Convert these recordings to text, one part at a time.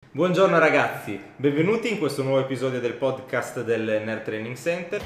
Buongiorno ragazzi, benvenuti in questo nuovo episodio del podcast del Nerd Training Center.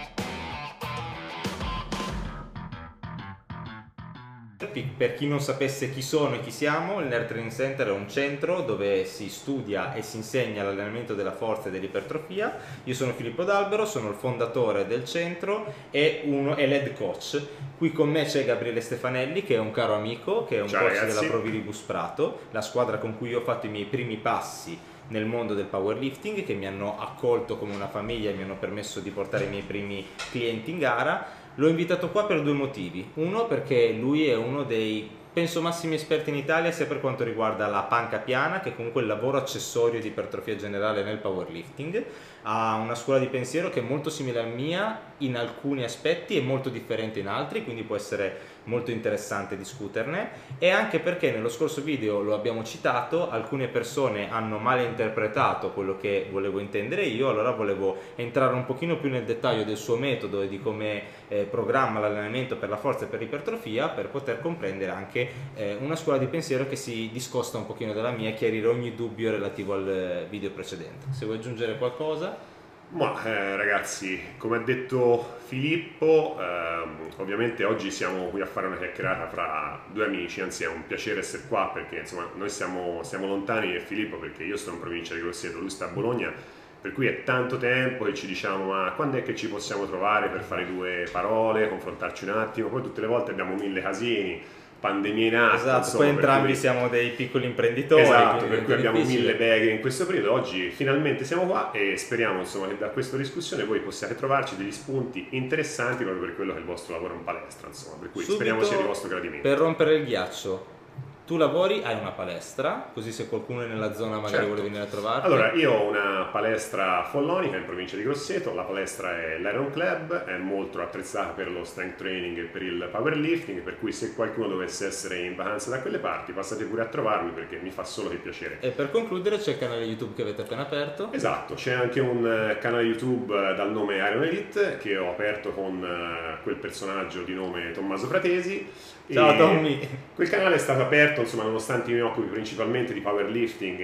Per chi non sapesse chi sono e chi siamo, il Nerd Training Center è un centro dove si studia e si insegna l'allenamento della forza e dell'ipertrofia. Io sono Filippo D'Albero, sono il fondatore del centro e l'head coach. Qui con me c'è Gabriele Stefanelli, che è un caro amico, che è un Ciao, coach ragazzi. della Proviribus Prato, la squadra con cui io ho fatto i miei primi passi nel mondo del powerlifting, che mi hanno accolto come una famiglia e mi hanno permesso di portare i miei primi clienti in gara. L'ho invitato qua per due motivi. Uno, perché lui è uno dei, penso, massimi esperti in Italia sia per quanto riguarda la panca piana che comunque il lavoro accessorio di ipertrofia generale nel powerlifting. Ha una scuola di pensiero che è molto simile alla mia in alcuni aspetti e molto differente in altri, quindi può essere molto interessante discuterne. E anche perché nello scorso video lo abbiamo citato, alcune persone hanno male interpretato quello che volevo intendere io, allora volevo entrare un pochino più nel dettaglio del suo metodo e di come programma l'allenamento per la forza e per l'ipertrofia, per poter comprendere anche una scuola di pensiero che si discosta un pochino dalla mia e chiarire ogni dubbio relativo al video precedente. Se vuoi aggiungere qualcosa? Ragazzi, come ha detto Filippo, ovviamente oggi siamo qui a fare una chiacchierata fra due amici, anzi è un piacere essere qua perché insomma noi siamo lontani e Filippo perché io sto in provincia di Grosseto, lui sta a Bologna, per cui è tanto tempo che ci diciamo ma quando è che ci possiamo trovare per fare due parole, confrontarci un attimo, poi tutte le volte abbiamo mille casini, pandemia in atto, Esatto, insomma, poi entrambi cui... siamo dei piccoli imprenditori. Esatto, per cui abbiamo difficile. mille beghe in questo periodo. Oggi finalmente siamo qua e speriamo insomma, che da questa discussione voi possiate trovarci degli spunti interessanti proprio per quello che è il vostro lavoro in palestra, insomma, per cui speriamo sia di vostro gradimento. Per rompere il ghiaccio, tu lavori, hai una palestra, così se qualcuno è nella zona magari Certo. vuole venire a trovarti. Allora, io ho una palestra follonica in provincia di Grosseto, la palestra è l'Iron Club, è molto attrezzata per lo strength training e per il powerlifting, per cui se qualcuno dovesse essere in vacanza da quelle parti passate pure a trovarmi perché mi fa solo che piacere. E per concludere c'è il canale YouTube che avete appena aperto. Esatto, c'è anche un canale YouTube dal nome Iron Elite che ho aperto con quel personaggio di nome Tommaso Fratesi. Ciao Tommy! Quel canale è stato aperto, insomma, nonostante io mi occupi principalmente di powerlifting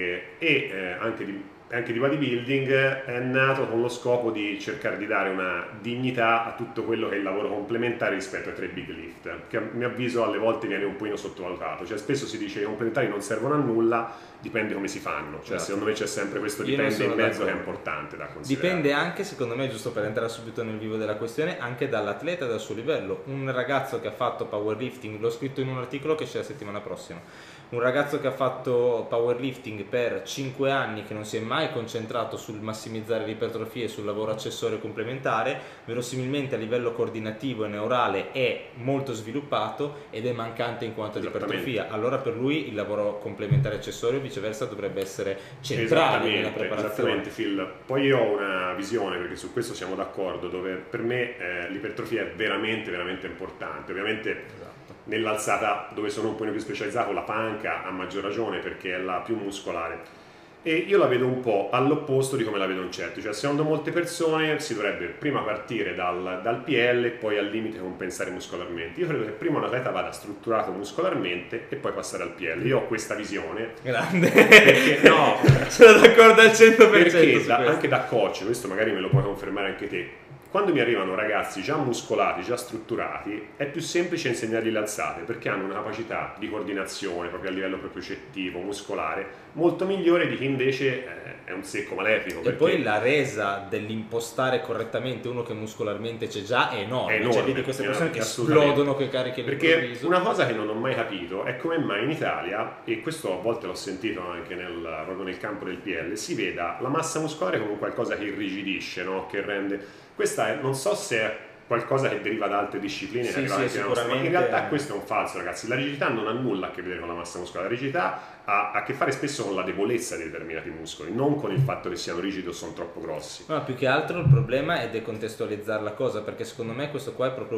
e anche di bodybuilding, è nato con lo scopo di cercare di dare una dignità a tutto quello che è il lavoro complementare rispetto ai tre big lift, che a mio avviso alle volte viene un pochino sottovalutato. Cioè spesso si dice che i complementari non servono a nulla, dipende come si fanno. Cioè Esatto. secondo me c'è sempre questo Io non dipende in sono mezzo che è d'accordo. importante da considerare. Dipende anche, secondo me, giusto per entrare subito nel vivo della questione, anche dall'atleta e dal suo livello. Un ragazzo che ha fatto powerlifting, l'ho scritto in un articolo che c'è la settimana prossima, un ragazzo che ha fatto powerlifting per 5 anni, che non si è mai concentrato sul massimizzare l'ipertrofia e sul lavoro accessorio complementare, verosimilmente a livello coordinativo e neurale è molto sviluppato ed è mancante in quanto ad ipertrofia. Allora per lui il lavoro complementare accessorio viceversa dovrebbe essere centrale nella preparazione. Esattamente Phil. Poi io ho una visione, perché su questo siamo d'accordo, dove per me l'ipertrofia è veramente veramente importante. Ovviamente Esatto. nell'alzata dove sono un po' più specializzato, la panca a maggior ragione perché è la più muscolare. E io la vedo un po' all'opposto di come la vedo in certi, cioè secondo molte persone si dovrebbe prima partire dal PL e poi al limite compensare muscolarmente. Io credo che prima un atleta vada strutturato muscolarmente e poi passare al PL. Io ho questa visione. Grande, Perché no? sono d'accordo al 100%. Perché anche da coach, questo magari me lo puoi confermare anche te, quando mi arrivano ragazzi già muscolati, già strutturati, è più semplice insegnargli le alzate perché hanno una capacità di coordinazione proprio a livello propriocettivo, muscolare, molto migliore di chi invece è un secco malefico. E perché poi la resa dell'impostare correttamente uno che muscolarmente c'è già è enorme. è enorme, Cioè, vedi queste persone che assolutamente. esplodono con cariche Perché all'improvviso. una cosa che non ho mai capito è come mai in Italia, e questo a volte l'ho sentito anche proprio nel campo del PL, si veda la massa muscolare come qualcosa che irrigidisce, no? Che rende... Questa non so se è qualcosa che deriva da altre discipline, Sì, che arriva sì, anche da nostra, ma in sicuramente. realtà questo è un falso, ragazzi. La rigidità non ha nulla a che vedere con la massa muscolare, la rigidità ha a che fare spesso con la debolezza di determinati muscoli, non con il fatto che siano rigidi o sono troppo grossi. No, più che altro il problema è decontestualizzare la cosa, perché secondo me questo qua è proprio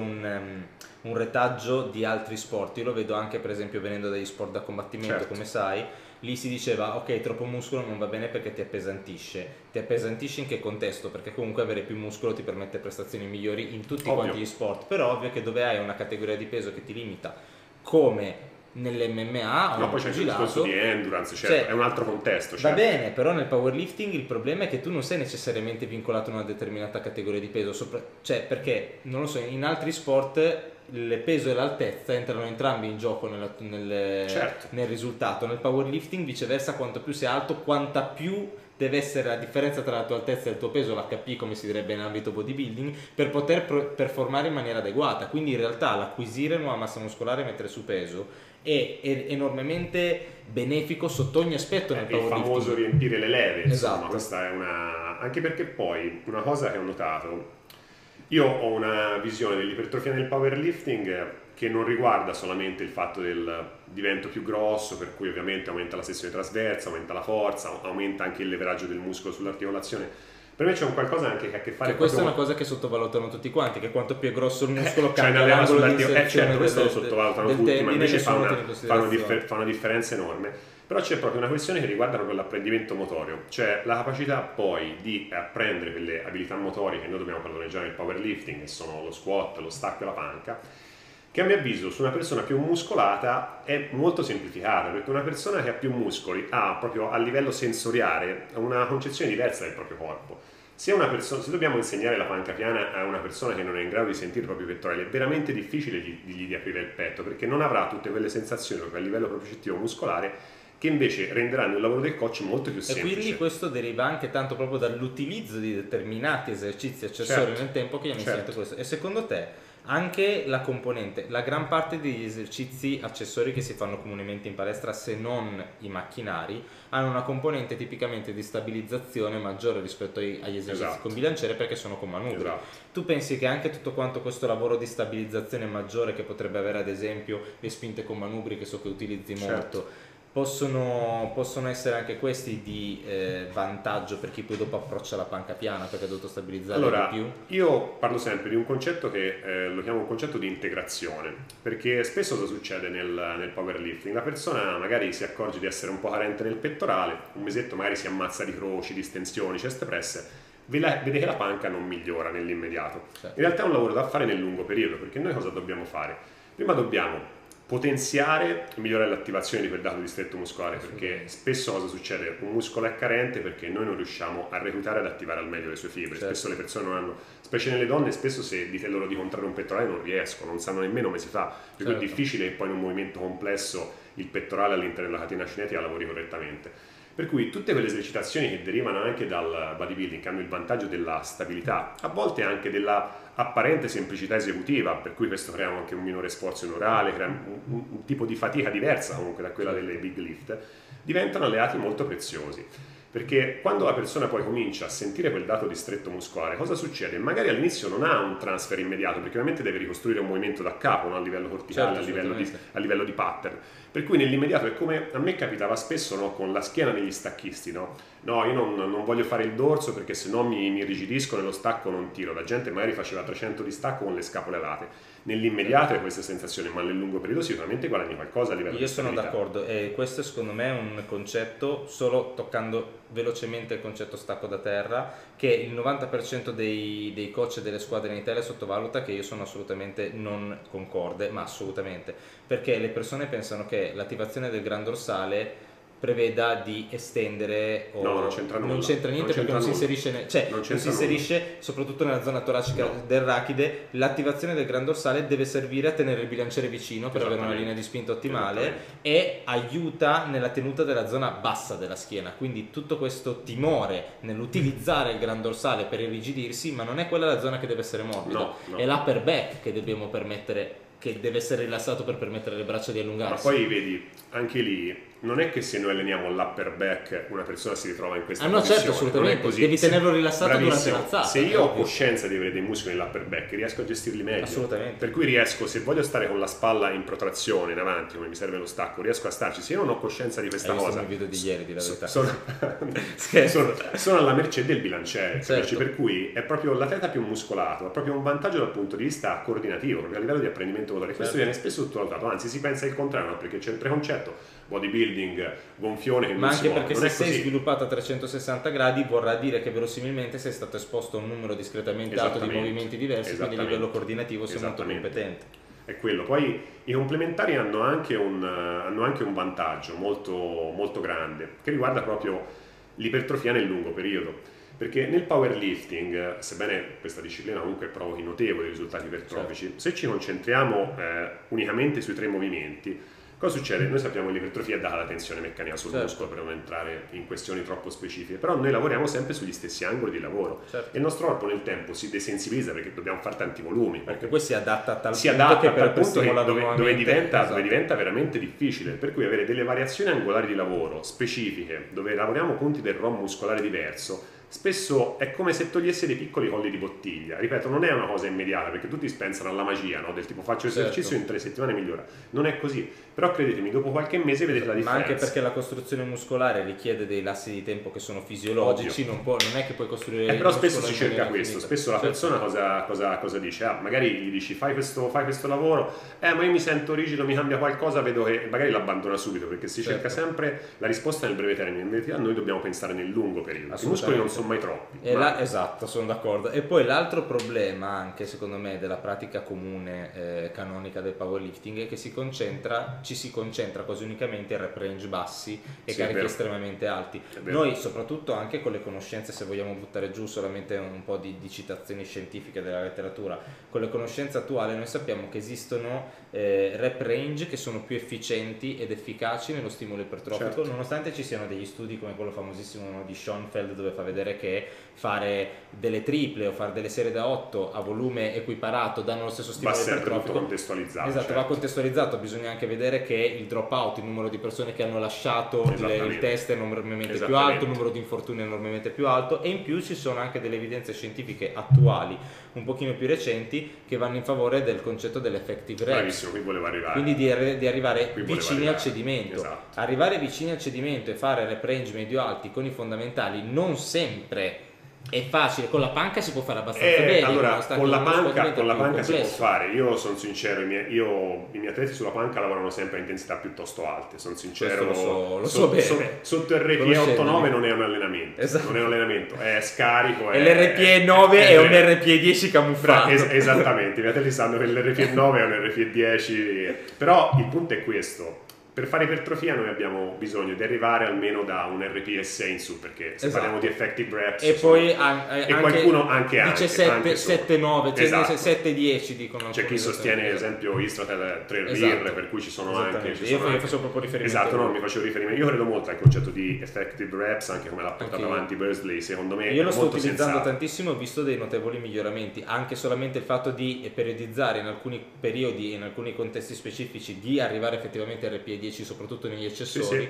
un retaggio di altri sport. Io lo vedo anche per esempio venendo dagli sport da combattimento, Certo. come sai, lì si diceva ok, troppo muscolo non va bene perché ti appesantisce. Ti appesantisce in che contesto? Perché comunque avere più muscolo ti permette prestazioni migliori in tutti Ovvio. quanti gli sport, però ovvio che dove hai una categoria di peso che ti limita come nell'MMA o No, poi c'è anche il discorso di endurance, certo, cioè, è un altro contesto. Va Certo. bene, però nel powerlifting il problema è che tu non sei necessariamente vincolato a una determinata categoria di peso, cioè perché, non lo so, in altri sport il peso e l'altezza entrano entrambi in gioco Certo. nel risultato. Nel powerlifting viceversa, quanto più sei alto, quanta più deve essere la differenza tra la tua altezza e il tuo peso, l'HP come si direbbe in ambito bodybuilding, per poter performare in maniera adeguata. Quindi in realtà l'acquisire nuova massa muscolare e mettere su peso è enormemente benefico sotto ogni aspetto nel Il powerlifting. famoso riempire le leve, insomma, Esatto. questa è una... anche perché poi una cosa che ho notato, io ho una visione dell'ipertrofia nel powerlifting che non riguarda solamente il fatto del divento più grosso, per cui ovviamente aumenta la sezione trasversa, aumenta la forza, aumenta anche il leveraggio del muscolo sull'articolazione. Per me c'è un qualcosa anche che ha a che fare Che questa è proprio... una cosa che sottovalutano tutti quanti, che quanto più è grosso il muscolo cioè cambia l'angolo di inserzione certo, questo lo sottovalutano tutti, ma tendine, invece nessuno fa tiene in considerazione. una differenza enorme. Però c'è proprio una questione che riguarda proprio l'apprendimento motorio, cioè la capacità poi di apprendere quelle abilità motorie che noi dobbiamo padroneggiare nel powerlifting, che sono lo squat, lo stacco e la panca, che a mio avviso su una persona più muscolata è molto semplificata, perché una persona che ha più muscoli ha proprio a livello sensoriale una concezione diversa del proprio corpo. Se dobbiamo insegnare la panca piana a una persona che non è in grado di sentire i propri pettorali, è veramente difficile dirgli di aprire il petto, perché non avrà tutte quelle sensazioni proprio a livello propriocettivo muscolare che invece renderanno il lavoro del coach molto più semplice. E quindi questo deriva anche tanto proprio dall'utilizzo di determinati esercizi accessori nel tempo che gli hanno insegnato questo. E secondo te anche la componente, la gran parte degli esercizi accessori che si fanno comunemente in palestra, se non i macchinari, hanno una componente tipicamente di stabilizzazione maggiore rispetto agli esercizi con bilanciere, perché sono con manubri. Tu pensi che anche tutto quanto questo lavoro di stabilizzazione maggiore che potrebbe avere ad esempio le spinte con manubri, che so che utilizzi molto, possono essere anche questi di vantaggio per chi poi dopo approccia la panca piana, perché ha dovuto stabilizzare di più? Io parlo sempre di un concetto che lo chiamo un concetto di integrazione, perché spesso cosa succede nel powerlifting? La persona magari si accorge di essere un po' carente nel pettorale, un mesetto magari si ammazza di croci, di stensioni, chest press, vede che la panca non migliora nell'immediato. In realtà è un lavoro da fare nel lungo periodo, perché noi cosa dobbiamo fare? Prima dobbiamo potenziare e migliorare l'attivazione di quel dato distretto muscolare, perché spesso cosa succede? Un muscolo è carente perché noi non riusciamo a reclutare ed attivare al meglio le sue fibre. Spesso le persone non hanno, specie nelle donne, spesso se dite loro di contrarre un pettorale non riescono, non sanno nemmeno come si fa, perché è difficile che poi in un movimento complesso il pettorale all'interno della catena cinetica lavori correttamente. Per cui tutte quelle esercitazioni che derivano anche dal bodybuilding, che hanno il vantaggio della stabilità, a volte anche della apparente semplicità esecutiva, per cui questo crea anche un minore sforzo neurale, crea un tipo di fatica diversa comunque da quella delle big lift, diventano alleati molto preziosi. Perché quando la persona poi comincia a sentire quel dato di stretto muscolare, cosa succede? Magari all'inizio non ha un transfer immediato, perché ovviamente deve ricostruire un movimento da capo, no? A livello corticale, a livello di pattern. Per cui nell'immediato è come a me capitava spesso, no? Con la schiena negli stacchisti, no? No, io non voglio fare il dorso perché sennò mi irrigidisco nello stacco, non tiro. La gente magari faceva 300 di stacco con le scapole alate. Nell'immediato è questa sensazione, ma nel lungo periodo sicuramente guadagni qualcosa a livello di stabilità. Io sono d'accordo, e questo secondo me è un concetto, solo toccando velocemente il concetto stacco da terra, che il 90% dei coach e delle squadre in Italia sottovaluta, che io sono assolutamente non concorde, ma assolutamente, perché le persone pensano che l'attivazione del gran dorsale preveda di estendere o non c'entra nulla. Non c'entra niente, perché non si inserisce, non si inserisce soprattutto nella zona toracica del rachide. L'attivazione del gran dorsale deve servire a tenere il bilanciere vicino per avere una linea di spinta ottimale e aiuta nella tenuta della zona bassa della schiena. Quindi tutto questo timore nell'utilizzare il gran dorsale per irrigidirsi, ma non è quella la zona che deve essere morbida, è l'upper back che dobbiamo permettere, che deve essere rilassato per permettere alle braccia di allungarsi. Ma poi vedi, anche lì non è che se noi alleniamo l'upper back una persona si ritrova in questa posizione. Certo, assolutamente, devi tenerlo rilassato durante l'alzata. Se io ho coscienza di avere dei muscoli nell'upper back, riesco a gestirli meglio. Assolutamente. Per cui riesco, se voglio stare con la spalla in protrazione in avanti, come mi serve lo stacco, riesco a starci. Se io non ho coscienza di questa cosa, il video di ieri, di la verità. Sono alla mercé del bilanciere, per cui è proprio l'atleta più muscolato, ha proprio un vantaggio dal punto di vista coordinativo, proprio a livello di apprendimento motorio. Questo viene spesso sottovalutato, anzi si pensa il contrario, no? Perché c'è il preconcetto bodybuilding, gonfione, che ma non anche si muove. perché Non se è sei così. sviluppato a 360 gradi vorrà dire che verosimilmente sei stato esposto a un numero discretamente alto di movimenti diversi, quindi a livello coordinativo sei molto competente. è quello. Poi i complementari hanno anche un vantaggio molto, molto grande che riguarda proprio l'ipertrofia nel lungo periodo. Perché nel powerlifting, sebbene questa disciplina comunque provochi notevoli risultati ipertrofici, certo, se ci concentriamo unicamente sui 3 movimenti, cosa succede? Noi sappiamo che l'ipertrofia è data la tensione meccanica sul certo, muscolo, per non entrare in questioni troppo specifiche, però noi lavoriamo sempre sugli stessi angoli di lavoro, certo, e il nostro corpo nel tempo si desensibilizza perché dobbiamo fare tanti volumi, perché poi si adatta a tal punto che dove diventa veramente difficile, per cui avere delle variazioni angolari di lavoro specifiche dove lavoriamo punti del ROM muscolare diverso spesso è come se togliesse dei piccoli colli di bottiglia. Ripeto, non è una cosa immediata, perché tutti pensano alla magia, no? Del tipo faccio esercizio, certo, in 3 settimane migliora. Non è così, però credetemi, dopo qualche mese vedete la differenza. Ma anche perché la costruzione muscolare richiede dei lassi di tempo che sono fisiologici, non è che puoi costruire però spesso si cerca questo, spesso la persona cosa dice? Magari gli dici fai questo lavoro, ma io mi sento rigido, mi cambia qualcosa, vedo che magari l'abbandona subito, perché si cerca sempre la risposta nel breve termine. In verità noi dobbiamo pensare nel lungo periodo. I muscoli non sono mai troppi. Esatto, sono d'accordo. E poi l'altro problema anche secondo me della pratica comune canonica del powerlifting è che ci si concentra quasi unicamente in rep range bassi e carichi estremamente alti. Noi soprattutto anche con le conoscenze, se vogliamo buttare giù solamente un po' di citazioni scientifiche della letteratura, con le conoscenze attuali noi sappiamo che esistono rep range che sono più efficienti ed efficaci nello stimolo ipertrofico, certo, nonostante ci siano degli studi come quello famosissimo di Schoenfeld, dove fa vedere che fare delle triple o fare delle serie da 8 a volume equiparato danno lo stesso stimolo ipertrofico. Va contestualizzato. Esatto, certo, va contestualizzato. Bisogna anche vedere che il dropout, il numero di persone che hanno lasciato il test è enormemente più alto, il numero di infortuni è enormemente più alto, e in più ci sono anche delle evidenze scientifiche attuali un pochino più recenti che vanno in favore del concetto dell'effective reps. Bravissimo, qui voleva arrivare. Quindi di arrivare vicini al cedimento. Esatto. Arrivare vicini al cedimento e fare rep range medio alti con i fondamentali non sempre è facile. Con la panca si può fare abbastanza bene. Allora, con la panca si può fare. Io sono sincero, i miei atleti sulla panca lavorano sempre a intensità piuttosto alte. Sono sincero, lo so bene. Sotto il RPE 8-9 non è un allenamento. Esatto. Non è un allenamento, è scarico. E l'RPE 9 è un RPE 10 camuffato. Esattamente, i miei atleti sanno che l'RPE 9 è un RPE 10. Però il punto è questo. Per fare ipertrofia noi abbiamo bisogno di arrivare almeno da un RPE 6 in su, perché se parliamo di effective reps e poi qualcuno anche dice 7, 9, esatto, 7, 10 dicono. C'è chi sostiene ad esempio Istratel 3 RIR, per cui ci sono anche io facevo proprio riferimento. Esatto, no, mi facevo riferimento. Io credo molto al concetto di effective reps, anche come l'ha portato avanti Bursley, secondo me io lo sto utilizzando sensato. tantissimo, ho visto dei notevoli miglioramenti, anche solamente il fatto di periodizzare in alcuni periodi e in alcuni contesti specifici, di arrivare effettivamente al RPE 10 soprattutto negli accessori,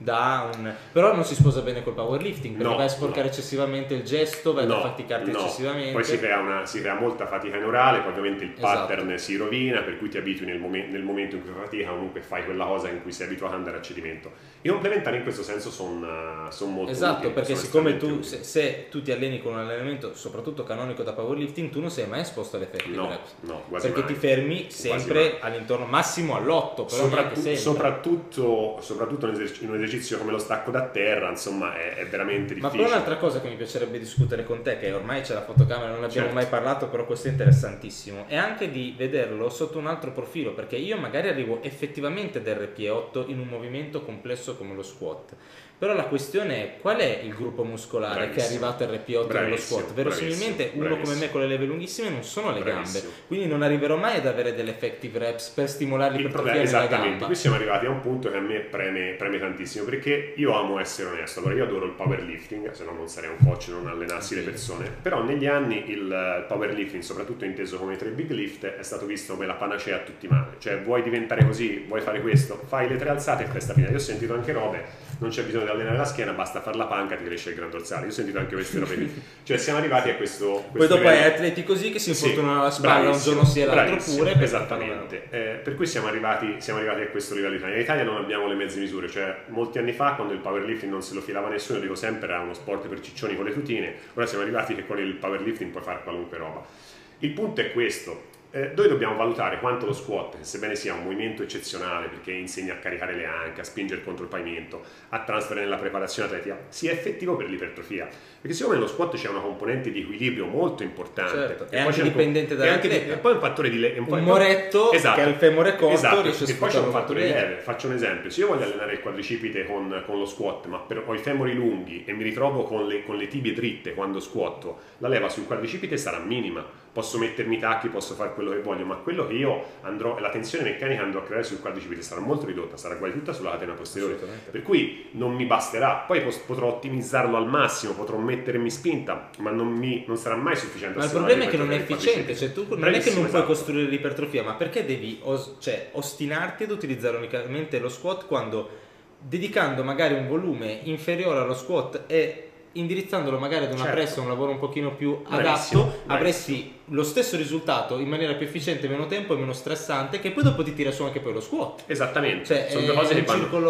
però non si sposa bene col powerlifting, perché vai a sporcare eccessivamente il gesto, vai a faticarti eccessivamente, poi si crea molta fatica neurale, poi ovviamente il pattern si rovina, per cui ti abitui nel momento in cui fai fatica, comunque fai quella cosa in cui sei abituato ad andare a cedimento. I complementari in questo senso sono molto utili, perché siccome tu se tu ti alleni con un allenamento soprattutto canonico da powerlifting, tu non sei mai esposto all'effettive reps, quasi perché mai. Ti fermi sempre all'intorno massimo all'8, però soprattutto in un esercizio come lo stacco da terra, insomma, è veramente difficile. Ma poi un'altra cosa che mi piacerebbe discutere con te, che ormai c'è la fotocamera, non ne abbiamo mai parlato, però questo è interessantissimo, è anche di vederlo sotto un altro profilo, perché io magari arrivo effettivamente da RPE 8 in un movimento complesso come lo squat, però la questione è qual è il gruppo muscolare che è arrivato al RPE 8 nello squat. Verosimilmente uno come me con le leve lunghissime non sono le gambe, quindi non arriverò mai ad avere delle effective reps per stimolare l'ipertrofia nella gamba. Qui siamo arrivati a un punto che a me preme tantissimo, perché io amo essere onesto. Allora, io adoro il powerlifting, se no non sarei un coach, non allenassi le persone, però negli anni il powerlifting, soprattutto inteso come 3 big lift, è stato visto come la panacea a tutti i mali. Cioè, vuoi diventare così, vuoi fare questo, fai le 3 alzate e festa finale. Io ho sentito anche robe, non c'è bisogno di allenare la schiena, basta fare la panca, ti cresce il gran dorsale. Io ho sentito anche queste robe lì. Cioè, siamo arrivati a questo poi dopo hai atleti così che si infortunano alla spalla un giorno sì e l'altro pure. Esattamente. Per cui siamo arrivati a questo livello in Italia non abbiamo le mezze misure. Cioè, molti anni fa, quando il powerlifting non se lo filava nessuno, dico sempre, era uno sport per ciccioni con le tutine. Ora siamo arrivati che con il powerlifting puoi fare qualunque roba. Il punto è questo: noi dobbiamo valutare quanto lo squat, che sebbene sia un movimento eccezionale perché insegna a caricare le anche, a spingere contro il pavimento, a trasferire nella preparazione atletica, sia effettivo per l'ipertrofia. Perché siccome nello squat c'è una componente di equilibrio molto importante, certo, e anche dipendente dall'atleta. E poi un fattore di un moretto esatto, che ha il femore corto, esatto, riesce a e poi c'è un sfruttarlo fattore molto di bene. leve. Faccio un esempio: se io voglio allenare il quadricipite con lo squat, ma ho i femori lunghi e mi ritrovo con le tibie dritte quando squatto, la leva sul quadricipite sarà minima. Posso mettermi i tacchi, posso fare quello che voglio, ma quello che io andrò, la tensione meccanica andrò a creare sul quadricipite sarà molto ridotta, sarà quasi tutta sulla catena posteriore. Per cui non mi basterà. Poi potrò ottimizzarlo al massimo, potrò mettermi spinta, ma non sarà mai sufficiente. Ma il problema è che non è efficiente, cioè tu non è che non puoi costruire l'ipertrofia, ma perché devi ostinarti ad utilizzare unicamente lo squat quando, dedicando magari un volume inferiore allo squat e indirizzandolo magari ad una pressa, un lavoro un pochino più adatto, avresti lo stesso risultato in maniera più efficiente, meno tempo e meno stressante, che poi dopo ti tira su anche poi lo squat. Esattamente, cioè, sono due cose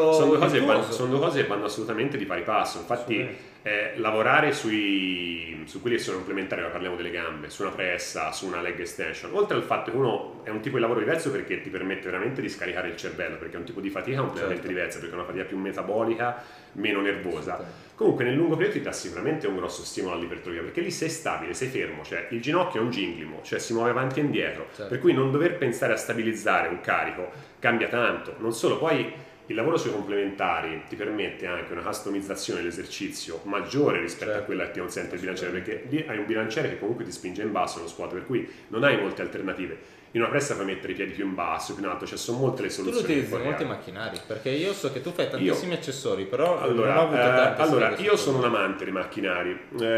che vanno assolutamente di pari passo. Infatti lavorare su quelli che sono complementari, parliamo delle gambe, su una pressa, su una leg extension, oltre al fatto che uno è un tipo di lavoro diverso perché ti permette veramente di scaricare il cervello, perché è un tipo di fatica completamente diversa, perché è una fatica più metabolica, meno nervosa. Comunque nel lungo periodo ti dà sicuramente un grosso stimolo all'ipertrofia, perché lì sei stabile, sei fermo, cioè il ginocchio è un ginglimo, cioè si muove avanti e indietro, per cui non dover pensare a stabilizzare un carico cambia tanto. Non solo, poi il lavoro sui complementari ti permette anche una customizzazione dell'esercizio maggiore rispetto a quella che ti consente il bilanciere, perché lì hai un bilanciere che comunque ti spinge in basso lo squat, per cui non hai molte alternative. In una pressa puoi mettere i piedi più in basso, più in alto, cioè sono molte le soluzioni. Tu utilizzi molti macchinari, perché io so che tu fai tantissimi accessori, però non ho avuto tante io sono un amante dei macchinari,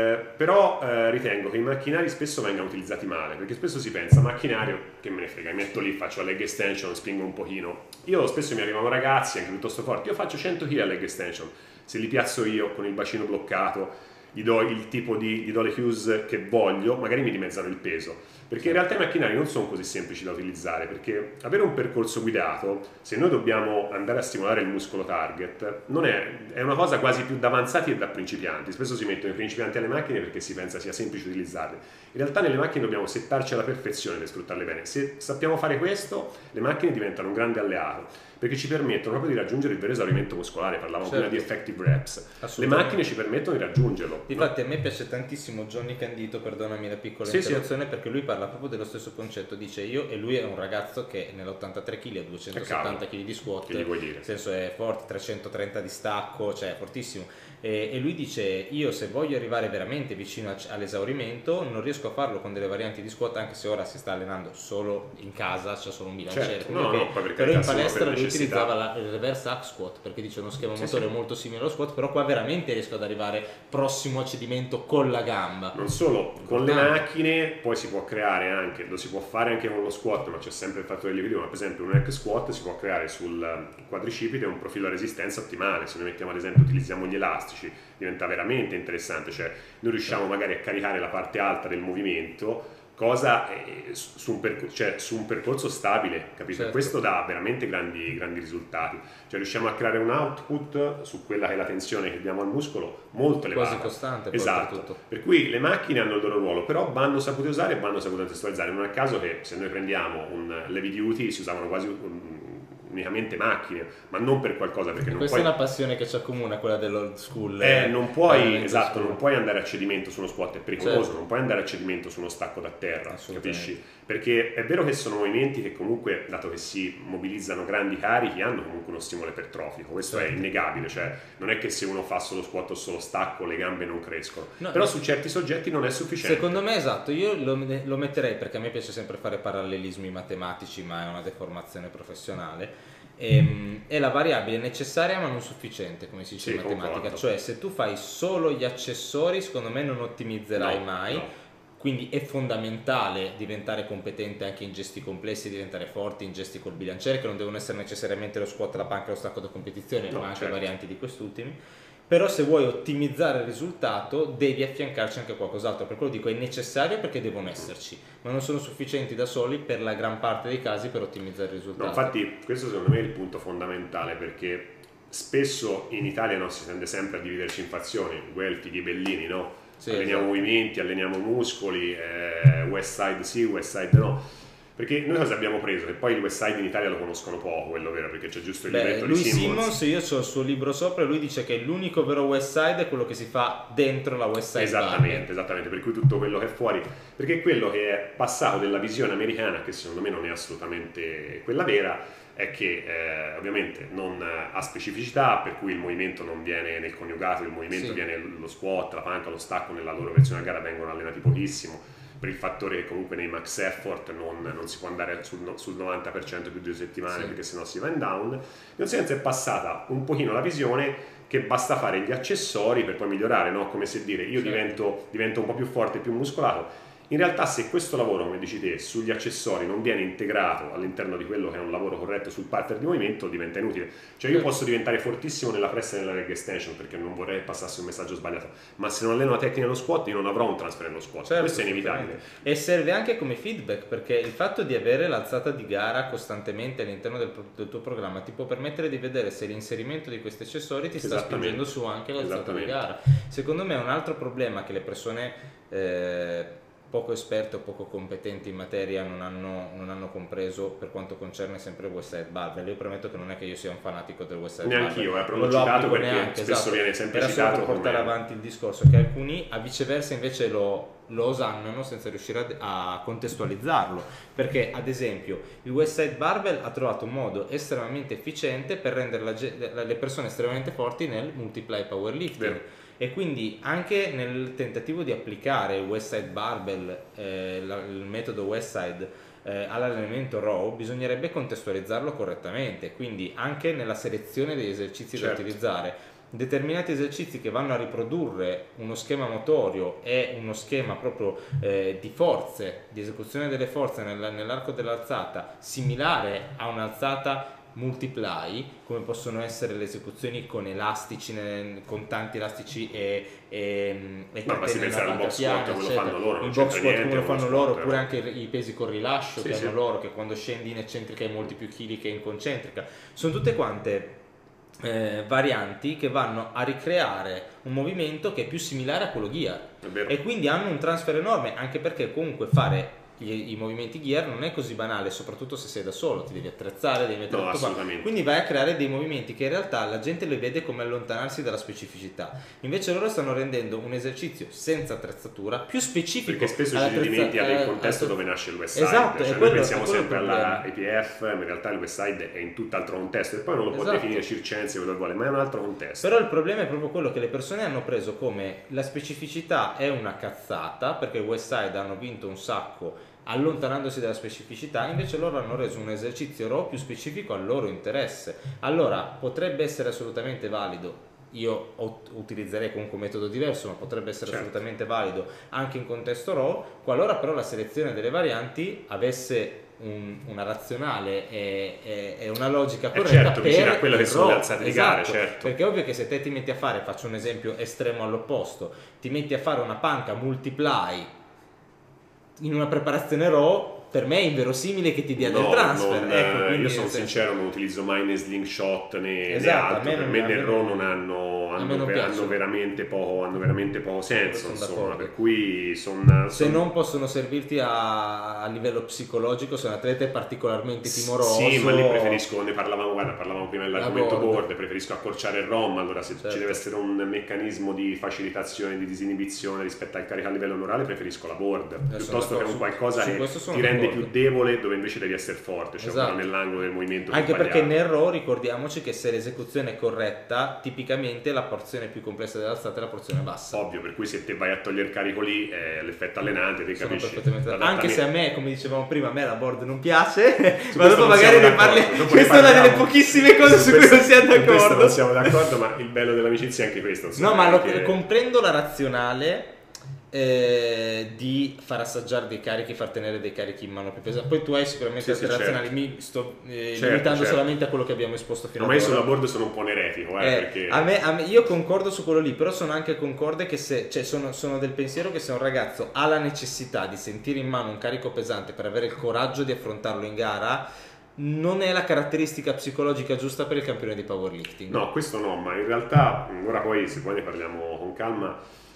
però ritengo che i macchinari spesso vengano utilizzati male, perché spesso si pensa, macchinario, che me ne frega, mi metto lì, faccio la leg extension, spingo un pochino. Io spesso mi arrivano ragazzi anche piuttosto forti, io faccio 100 kg a leg extension, se li piazzo io con il bacino bloccato, gli do le cues che voglio, magari mi dimezzano il peso. Perché in realtà i macchinari non sono così semplici da utilizzare, perché avere un percorso guidato, se noi dobbiamo andare a stimolare il muscolo target, è una cosa quasi più da avanzati e da principianti. Spesso si mettono i principianti alle macchine perché si pensa sia semplice utilizzarle. In realtà nelle macchine dobbiamo settarci alla perfezione per sfruttarle bene. Se sappiamo fare questo, le macchine diventano un grande alleato, perché ci permettono proprio di raggiungere il vero esaurimento muscolare. Parlavamo prima di effective reps. Le macchine ci permettono di raggiungerlo. Infatti a me piace tantissimo Johnny Candito, perdonami la piccola interruzione, perché lui parla proprio dello stesso concetto. Dice e lui è un ragazzo che nell'83 kg ha 270 kg di squat, nel senso è forte, 330 di stacco, cioè è fortissimo. E lui dice, io se voglio arrivare veramente vicino all'esaurimento non riesco a farlo con delle varianti di squat, anche se ora si sta allenando solo in casa, c'è solo un bilanciere, però in palestra lui utilizzava il reverse hack squat, perché dice uno schema motore molto simile allo squat, però qua veramente riesco ad arrivare prossimo a cedimento con la gamba. Non solo, con le macchine poi si può creare anche, lo si può fare anche con lo squat, ma c'è sempre il fattore dell'equilibrio. Per esempio un hack squat si può creare sul quadricipite un profilo a resistenza ottimale. Se noi mettiamo ad esempio, utilizziamo gli elastici, diventa veramente interessante, cioè noi riusciamo magari a caricare la parte alta del movimento, su un percorso stabile, capito? Questo dà veramente grandi risultati, cioè riusciamo a creare un output su quella che è la tensione che diamo al muscolo molto elevata, quasi costante. Esatto, per cui le macchine hanno il loro ruolo, però vanno sapute usare e vanno sapute testualizzare. Non è a caso che se noi prendiamo un heavy duty si usavano quasi unicamente macchine, ma non per qualcosa, perché non questa puoi... è una passione che ci accomuna, quella dell'old school. Non puoi andare a cedimento su uno squat, è pericoloso, non puoi andare a cedimento su uno stacco da terra, capisci? Perché è vero che sono movimenti che comunque, dato che si mobilizzano grandi carichi, hanno comunque uno stimolo ipertrofico, questo è innegabile, cioè non è che se uno fa solo squat o solo stacco le gambe non crescono, però su certi soggetti non è sufficiente. Secondo me esatto, io lo metterei, perché a me piace sempre fare parallelismi matematici, ma è una deformazione professionale. È la variabile necessaria ma non sufficiente, come si dice in matematica, concordo. Cioè se tu fai solo gli accessori secondo me non ottimizzerai mai. Quindi è fondamentale diventare competente anche in gesti complessi, diventare forti in gesti col bilanciere, che non devono essere necessariamente lo squat, la panca e lo stacco da competizione, ma anche varianti di quest'ultimi. Però se vuoi ottimizzare il risultato devi affiancarci anche qualcos'altro, per quello dico è necessario perché devono esserci, ma non sono sufficienti da soli per la gran parte dei casi per ottimizzare il risultato. Infatti questo secondo me è il punto fondamentale, perché spesso in Italia si tende sempre a dividerci in fazioni, Guelfi, Ghibellini, alleniamo movimenti, alleniamo muscoli, West Side sì, West Side no. Perché noi cosa abbiamo preso? Che poi il West Side in Italia lo conoscono poco, quello vero, perché c'è giusto il libretto lui di Simmons. Io ho il suo libro sopra e lui dice che l'unico vero West Side è quello che si fa dentro la West Side Esattamente, esattamente, per cui tutto quello che è fuori, perché quello che è passato della visione americana, che secondo me non è assolutamente quella vera, è che ovviamente non ha specificità, per cui il movimento non viene nel coniugato, il movimento viene lo squat, la panca, lo stacco nella loro versione a gara vengono allenati pochissimo, per il fattore che comunque nei max effort non si può andare sul 90% più di 2 settimane, perché sennò si va in down. Di conseguenza è passata un pochino la visione che basta fare gli accessori per poi migliorare, no? Come se dire io divento un po' più forte, più muscolato. In realtà se questo lavoro, come dici te, sugli accessori non viene integrato all'interno di quello che è un lavoro corretto sul pattern di movimento, diventa inutile. Cioè io posso diventare fortissimo nella press e nella leg extension, perché non vorrei passasse un messaggio sbagliato, ma se non alleno la tecnica nello squat io non avrò un transfer nello squat. Questo è inevitabile. E serve anche come feedback, perché il fatto di avere l'alzata di gara costantemente all'interno del tuo programma ti può permettere di vedere se l'inserimento di questi accessori ti sta spingendo su anche l'alzata di gara. Secondo me è un altro problema che le persone poco esperte o poco competenti in materia non hanno compreso per quanto concerne sempre il West Side Barbell. Io premetto che non è che io sia un fanatico del West Side Barbell. Neanche io, però l'ho citato perché neanche, spesso viene sempre era citato solo per portare avanti il discorso, che alcuni a viceversa invece lo osannano senza riuscire a contestualizzarlo, perché ad esempio il West Side Barbell ha trovato un modo estremamente efficiente per rendere le persone estremamente forti nel multiply powerlifting. E quindi anche nel tentativo di applicare il West Side Barbell, il metodo West Side all'allenamento raw, bisognerebbe contestualizzarlo correttamente, quindi anche nella selezione degli esercizi da utilizzare. Determinati esercizi che vanno a riprodurre uno schema motorio e uno schema proprio di forze, di esecuzione delle forze nell'arco dell'alzata, similare a un'alzata multiply, come possono essere le esecuzioni con elastici, con tanti elastici e basti pensare al box squat come lo fanno loro, il box squat come lo fanno loro, oppure anche i pesi con rilascio che hanno loro, che quando scendi in eccentrica hai molti più chili che in concentrica. Sono tutte quante varianti che vanno a ricreare un movimento che è più similare a quello gear, e quindi hanno un transfer enorme, anche perché comunque fare i movimenti gear non è così banale, soprattutto se sei da solo, ti devi attrezzare, devi mettere tutto qua. Quindi vai a creare dei movimenti che in realtà la gente li vede come allontanarsi dalla specificità, invece loro stanno rendendo un esercizio senza attrezzatura più specifico, perché spesso ci si dimentica del contesto dove nasce il West Side. Esatto, cioè noi pensiamo sempre alla EPF, ma in realtà il West Side è in tutt'altro contesto, e poi non lo può definire circense quello che vuole, ma è un altro contesto. Però il problema è proprio quello che le persone hanno preso come la specificità è una cazzata, perché il West Side hanno vinto un sacco allontanandosi dalla specificità, invece loro hanno reso un esercizio raw più specifico al loro interesse. Allora potrebbe essere assolutamente valido, io utilizzerei comunque un metodo diverso, ma potrebbe essere assolutamente valido anche in contesto raw, qualora però la selezione delle varianti avesse una razionale e una logica corretta, vicino a quello che sono le alzate di gara, perché è ovvio che se te ti metti a fare, faccio un esempio estremo all'opposto, ti metti a fare una panca multiply in una preparazione raw, per me è inverosimile che ti dia del transfer. Io sono sincero, non utilizzo mai né slingshot né altro, per me nel raw non hanno veramente poco senso, insomma, per cui se non possono servirti a livello psicologico, se un atleta è particolarmente timoroso, ma lì preferisco, ne parlavamo prima dell'argomento board, preferisco accorciare il ROM. Allora se ci deve essere un meccanismo di facilitazione, di disinibizione rispetto al carico a livello neurale, preferisco la board piuttosto che un qualcosa che ti rende più debole, dove invece devi essere forte, cioè nell'angolo del movimento. Anche perché nel raw ricordiamoci che se l'esecuzione è corretta, tipicamente la porzione più complessa dell'alzata è la porzione bassa. Ovvio, per cui se te vai a togliere carico lì, l'effetto allenante, ti capisci. Anche se a me, come dicevamo prima, a me la board non piace, ma dopo magari ne parli. Questa è una delle pochissime cose su cui non siamo d'accordo. Questo non siamo d'accordo, ma il bello dell'amicizia è anche questo. No, ma comprendo la razionale di far assaggiare dei carichi, far tenere dei carichi in mano più pesanti. Poi tu hai sicuramente altre razionali, mi sto limitando solamente a quello che abbiamo esposto fino ma io sulla board sono un po' eretico, perché a me io concordo su quello lì, però sono anche concorde che sono del pensiero che se un ragazzo ha la necessità di sentire in mano un carico pesante per avere il coraggio di affrontarlo in gara, non è la caratteristica psicologica giusta per il campione di powerlifting. No, questo no, ma in realtà ora poi se poi ne parliamo con calma.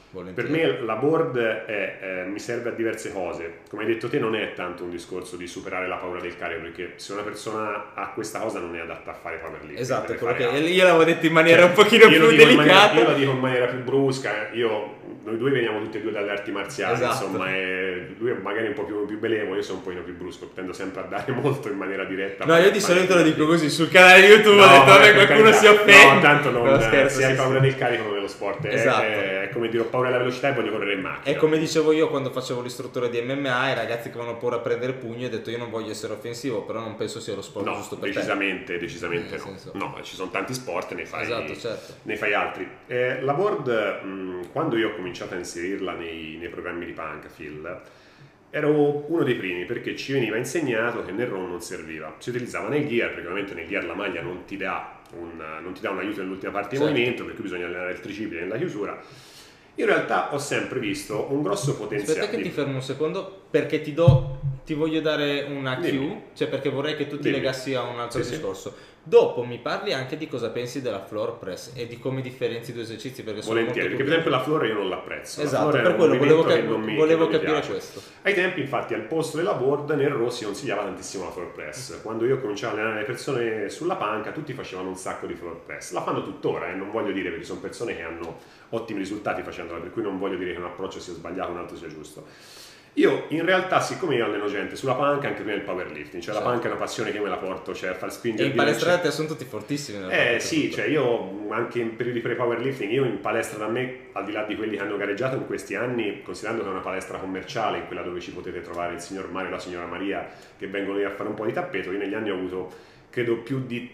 volentieri. Per me la board mi serve a diverse cose. Come hai detto te, non è tanto un discorso di superare la paura del carico, perché se una persona ha questa cosa non è adatta a fare powerlifting. Esatto, è quello fare che altro. io l'avevo detto in maniera un pochino Io più delicata. io la dico in maniera più brusca. Noi due veniamo tutti e due dalle arti marziali, Esatto. insomma, e lui è magari un po' più belevo, io sono un po' più brusco, tendo sempre a dare molto in maniera diretta. No, io di solito lo dico così sul canale YouTube, ho detto vabbè, qualcuno si offende. No, tanto non, No, scherzo, se hai sì, paura sì. del carico non è lo sport, Esatto. è come dire ho paura della velocità e voglio correre in macchina. È come dicevo io quando facevo l'istruttore di MMA, i ragazzi che avevano paura a prendere pugno, ho detto io non voglio essere offensivo, però non penso sia lo sport No, giusto per decisamente Nel no. senso- No, ci sono tanti sport, Esatto, certo. ne fai altri. La board, quando io ho cominciato a inserirla nei programmi di Panca, Phil, ero uno dei primi perché ci veniva insegnato che nel ROM non serviva. Si utilizzava nel gear, perché ovviamente nel gear la maglia non ti dà un aiuto nell'ultima parte di Certo. movimento, perché bisogna allenare il tricipite nella chiusura. In realtà ho sempre visto un grosso potenziale. Aspetta che ti fermo un secondo perché ti voglio dare una Dimmi. cue, cioè perché vorrei che tu ti Dimmi. legassi a un altro Sì, sì. discorso. Dopo mi parli anche di cosa pensi della floor press e di come differenzi i due esercizi perché sono Volentieri, perché per esempio la floor io non l'apprezzo. La Esatto, floor è per un quello volevo, movimento che non mi volevo capire piace. questo. Ai tempi, infatti, al posto della board nel RAW si consigliava tantissimo la floor press. Quando io cominciavo a allenare le persone sulla panca, tutti facevano un sacco di floor press. La fanno tuttora, non voglio dire, perché sono persone che hanno ottimi risultati facendola, per cui non voglio dire che un approccio sia sbagliato, un altro sia giusto. Io in realtà, siccome io alleno gente sulla panca anche prima del powerlifting, cioè la Certo. panca è una passione che me la porto, cioè a far E spingere in palestra te sono tutti fortissimi. sì, cioè io anche in periodi pre-powerlifting, io in palestra da me, al di là di quelli che hanno gareggiato in questi anni, considerando che è una palestra commerciale, in quella dove ci potete trovare il signor Mario e la signora Maria che vengono lì a fare un po' di tappeto, io negli anni ho avuto, credo, più di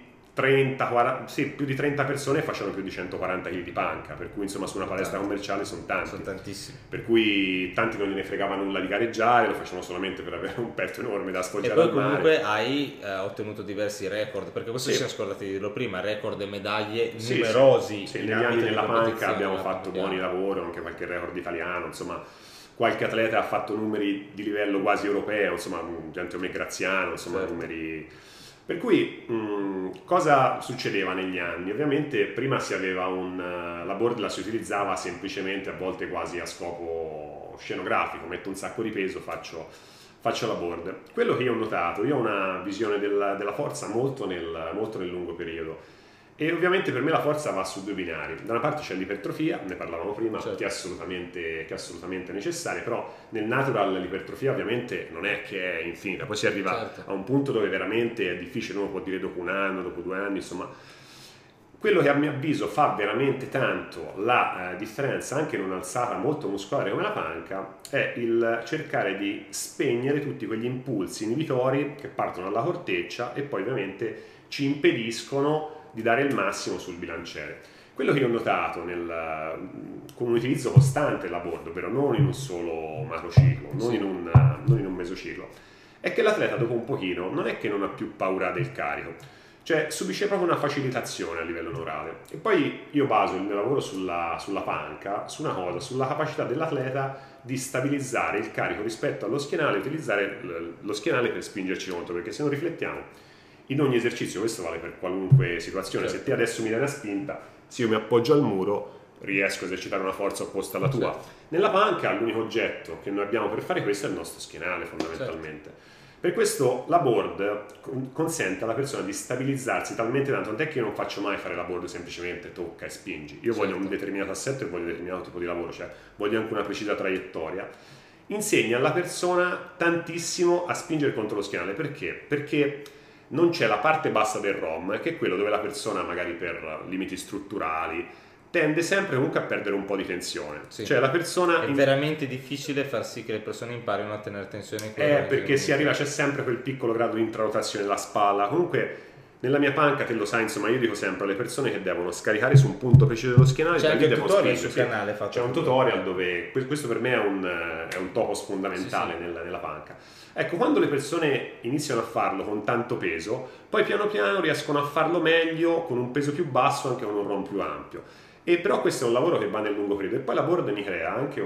30 persone e facevano più di 140 kg di panca, per cui insomma su una palestra commerciale sono tanti. Sono tantissimi. Per cui tanti non gliene fregava nulla di gareggiare, lo facevano solamente per avere un petto enorme da E sfoggiare poi al mare. comunque hai ottenuto diversi record, perché questo Sì. ci siamo scordati di dirlo prima, record e medaglie Sì, numerosi. sì, in negli anni ambito di nella panca competizione, abbiamo fatto buoni lavori, anche qualche record italiano, insomma qualche atleta ha fatto numeri di livello quasi europeo, insomma gente come Graziano, insomma Certo. numeri. Per cui cosa succedeva negli anni? Ovviamente prima si aveva la board la si utilizzava semplicemente, a volte quasi a scopo scenografico, metto un sacco di peso, faccio la board. Quello che io ho notato, io ho una visione della forza molto nel lungo periodo. E ovviamente per me la forza va su due binari. Da una parte c'è l'ipertrofia, ne parlavamo prima, Certo. che è assolutamente necessaria, però nel natural l'ipertrofia ovviamente non è che è infinita, poi si arriva Certo. a un punto dove veramente è difficile, uno può dire dopo un anno, dopo 2 anni, insomma. Quello che a mio avviso fa veramente tanto la differenza anche in un'alzata molto muscolare come la panca è il cercare di spegnere tutti quegli impulsi inibitori che partono dalla corteccia e poi ovviamente ci impediscono di dare il massimo sul bilanciere. Quello che ho notato con un utilizzo costante della board, ovvero non in un solo macrociclo, non in un mesociclo, è che l'atleta dopo un pochino non è che non ha più paura del carico, cioè subisce proprio una facilitazione a livello neurale. E poi io baso il mio lavoro sulla panca, su una cosa, sulla capacità dell'atleta di stabilizzare il carico rispetto allo schienale, utilizzare lo schienale per spingerci contro, perché se non riflettiamo in ogni esercizio, questo vale per qualunque situazione, Certo. se te adesso mi dai una spinta, se io mi appoggio al muro riesco a esercitare una forza opposta alla tua. Certo. Nella panca l'unico oggetto che noi abbiamo per fare questo è il nostro schienale fondamentalmente. Per questo la board consente alla persona di stabilizzarsi talmente tanto, tant'è che io non faccio mai fare la board semplicemente tocca e spingi. Io voglio un determinato assetto e voglio un determinato tipo di lavoro, cioè voglio anche una precisa traiettoria. Insegna alla persona tantissimo a spingere contro lo schienale. Perché? Perché non c'è la parte bassa del ROM, che è quello dove la persona magari per limiti strutturali tende sempre comunque a perdere un po' di tensione. Sì. Cioè la persona È veramente difficile far sì che le persone imparino a tenere tensione. perché c'è sempre quel piccolo grado di intrarotazione della spalla. Comunque nella mia panca, te lo sai, insomma, io dico sempre alle persone che devono scaricare su un punto preciso dello schienale, c'è da anche lì un devono tutorial sul spingersi. canale fatto C'è un con tutorial dove questo per me è un topos fondamentale Sì. nella panca. Ecco, quando le persone iniziano a farlo con tanto peso, poi piano piano riescono a farlo meglio con un peso più basso, anche con un ROM più ampio. E però questo è un lavoro che va nel lungo periodo. E poi la board mi crea anche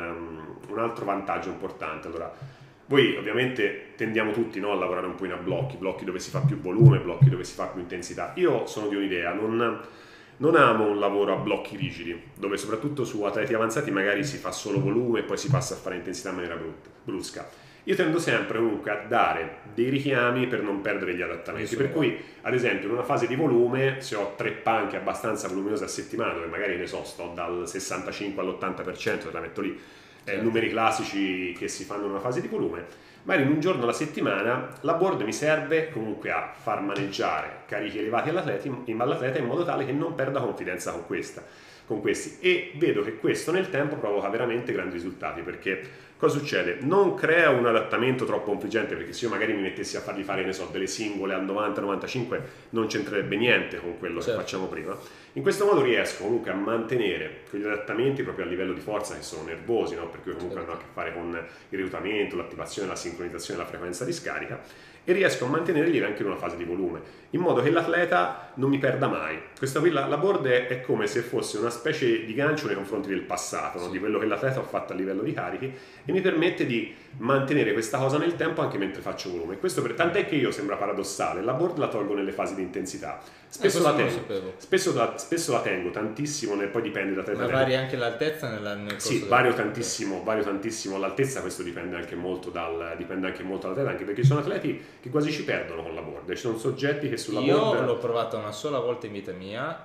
un altro vantaggio importante. Allora, voi ovviamente tendiamo tutti, no, a lavorare un po' in blocchi dove si fa più volume, blocchi dove si fa più intensità. Io sono di un'idea, non Non amo un lavoro a blocchi rigidi, dove soprattutto su atleti avanzati magari si fa solo volume e poi si passa a fare intensità in maniera brusca. Io tendo sempre comunque a dare dei richiami per non perdere gli adattamenti, per cui ad esempio in una fase di volume, se ho 3 panche abbastanza voluminose a settimana, dove magari ne so, sto dal 65 all'80%, te la metto lì, numeri classici che si fanno in una fase di volume, magari in un giorno alla settimana la board mi serve comunque a far maneggiare carichi elevati all'atleta in modo tale che non perda confidenza con questi, e vedo che questo nel tempo provoca veramente grandi risultati, perché cosa succede? Non crea un adattamento troppo infliggente, perché se io magari mi mettessi a fargli fare, ne so, delle singole al 90-95 non c'entrerebbe niente con quello che facciamo prima. In questo modo riesco comunque a mantenere quegli adattamenti proprio a livello di forza che sono nervosi, no? Per cui comunque hanno a che fare con il reclutamento, l'attivazione, la sincronizzazione, la frequenza di scarica, e riesco a mantenerli anche in una fase di volume, in modo che l'atleta non mi perda mai. Questa qui, la board è come se fosse una specie di gancio nei confronti del passato, no? Di quello che l'atleta ha fatto a livello di carichi, e mi permette di mantenere questa cosa nel tempo anche mentre faccio volume. Questo tant'è che io, sembra paradossale, la board la tolgo nelle fasi di intensità. Spesso la tengo tantissimo, poi dipende da atleta. Ma vari anche l'altezza nel corso? Sì, vario tantissimo l'altezza, questo dipende anche molto dall'atleta, anche perché ci sono atleti che quasi ci perdono con la board, ci sono soggetti che sulla board... Io l'ho provata una sola volta in vita mia,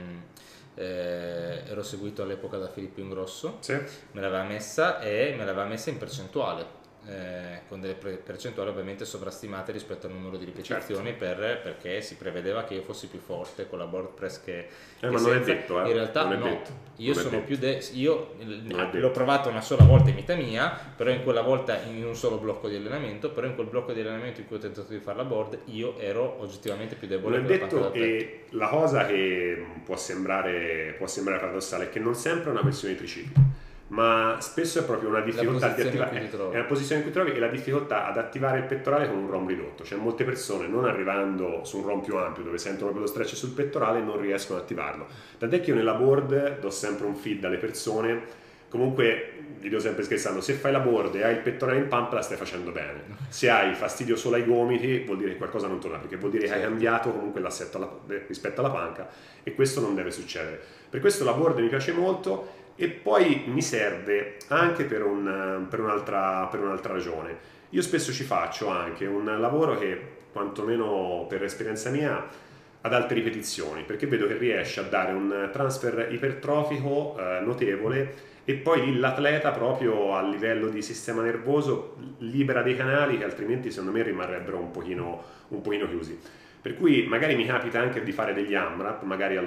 ero seguito all'epoca da Filippo Ingrosso, sì. Me l'aveva messa in percentuale, con delle percentuali ovviamente sovrastimate rispetto al numero di ripetizioni, certo. Perché si prevedeva che io fossi più forte con la board press che ma non è detto, in realtà non è no, detto. io sono più io l'ho provato una sola volta in vita mia, però in quella volta in un solo blocco di allenamento, però in quel blocco di allenamento in cui ho tentato di fare la board io ero oggettivamente più debole. Non è detto, e la cosa che può sembrare paradossale è che non sempre è una questione di tricipiti, ma spesso è proprio una difficoltà di attivare, è una posizione in cui trovi, e la difficoltà ad attivare il pettorale con un ROM ridotto. Cioè molte persone, non arrivando su un ROM più ampio dove sentono proprio lo stretch sul pettorale, non riescono ad attivarlo. Tant'è che io nella board do sempre un feed alle persone, comunque vi dico sempre scherzando, se fai la board e hai il pettorale in pump la stai facendo bene, se hai fastidio solo ai gomiti vuol dire che qualcosa non torna, perché vuol dire che hai cambiato comunque l'assetto rispetto alla panca, e questo non deve succedere. Per questo la board mi piace molto, e poi mi serve anche per un'altra ragione. Io spesso ci faccio anche un lavoro che, quantomeno per esperienza mia, ad alte ripetizioni, perché vedo che riesce a dare un transfer ipertrofico notevole, e poi lì l'atleta proprio a livello di sistema nervoso libera dei canali che altrimenti secondo me rimarrebbero un pochino chiusi. Per cui magari mi capita anche di fare degli AMRAP, magari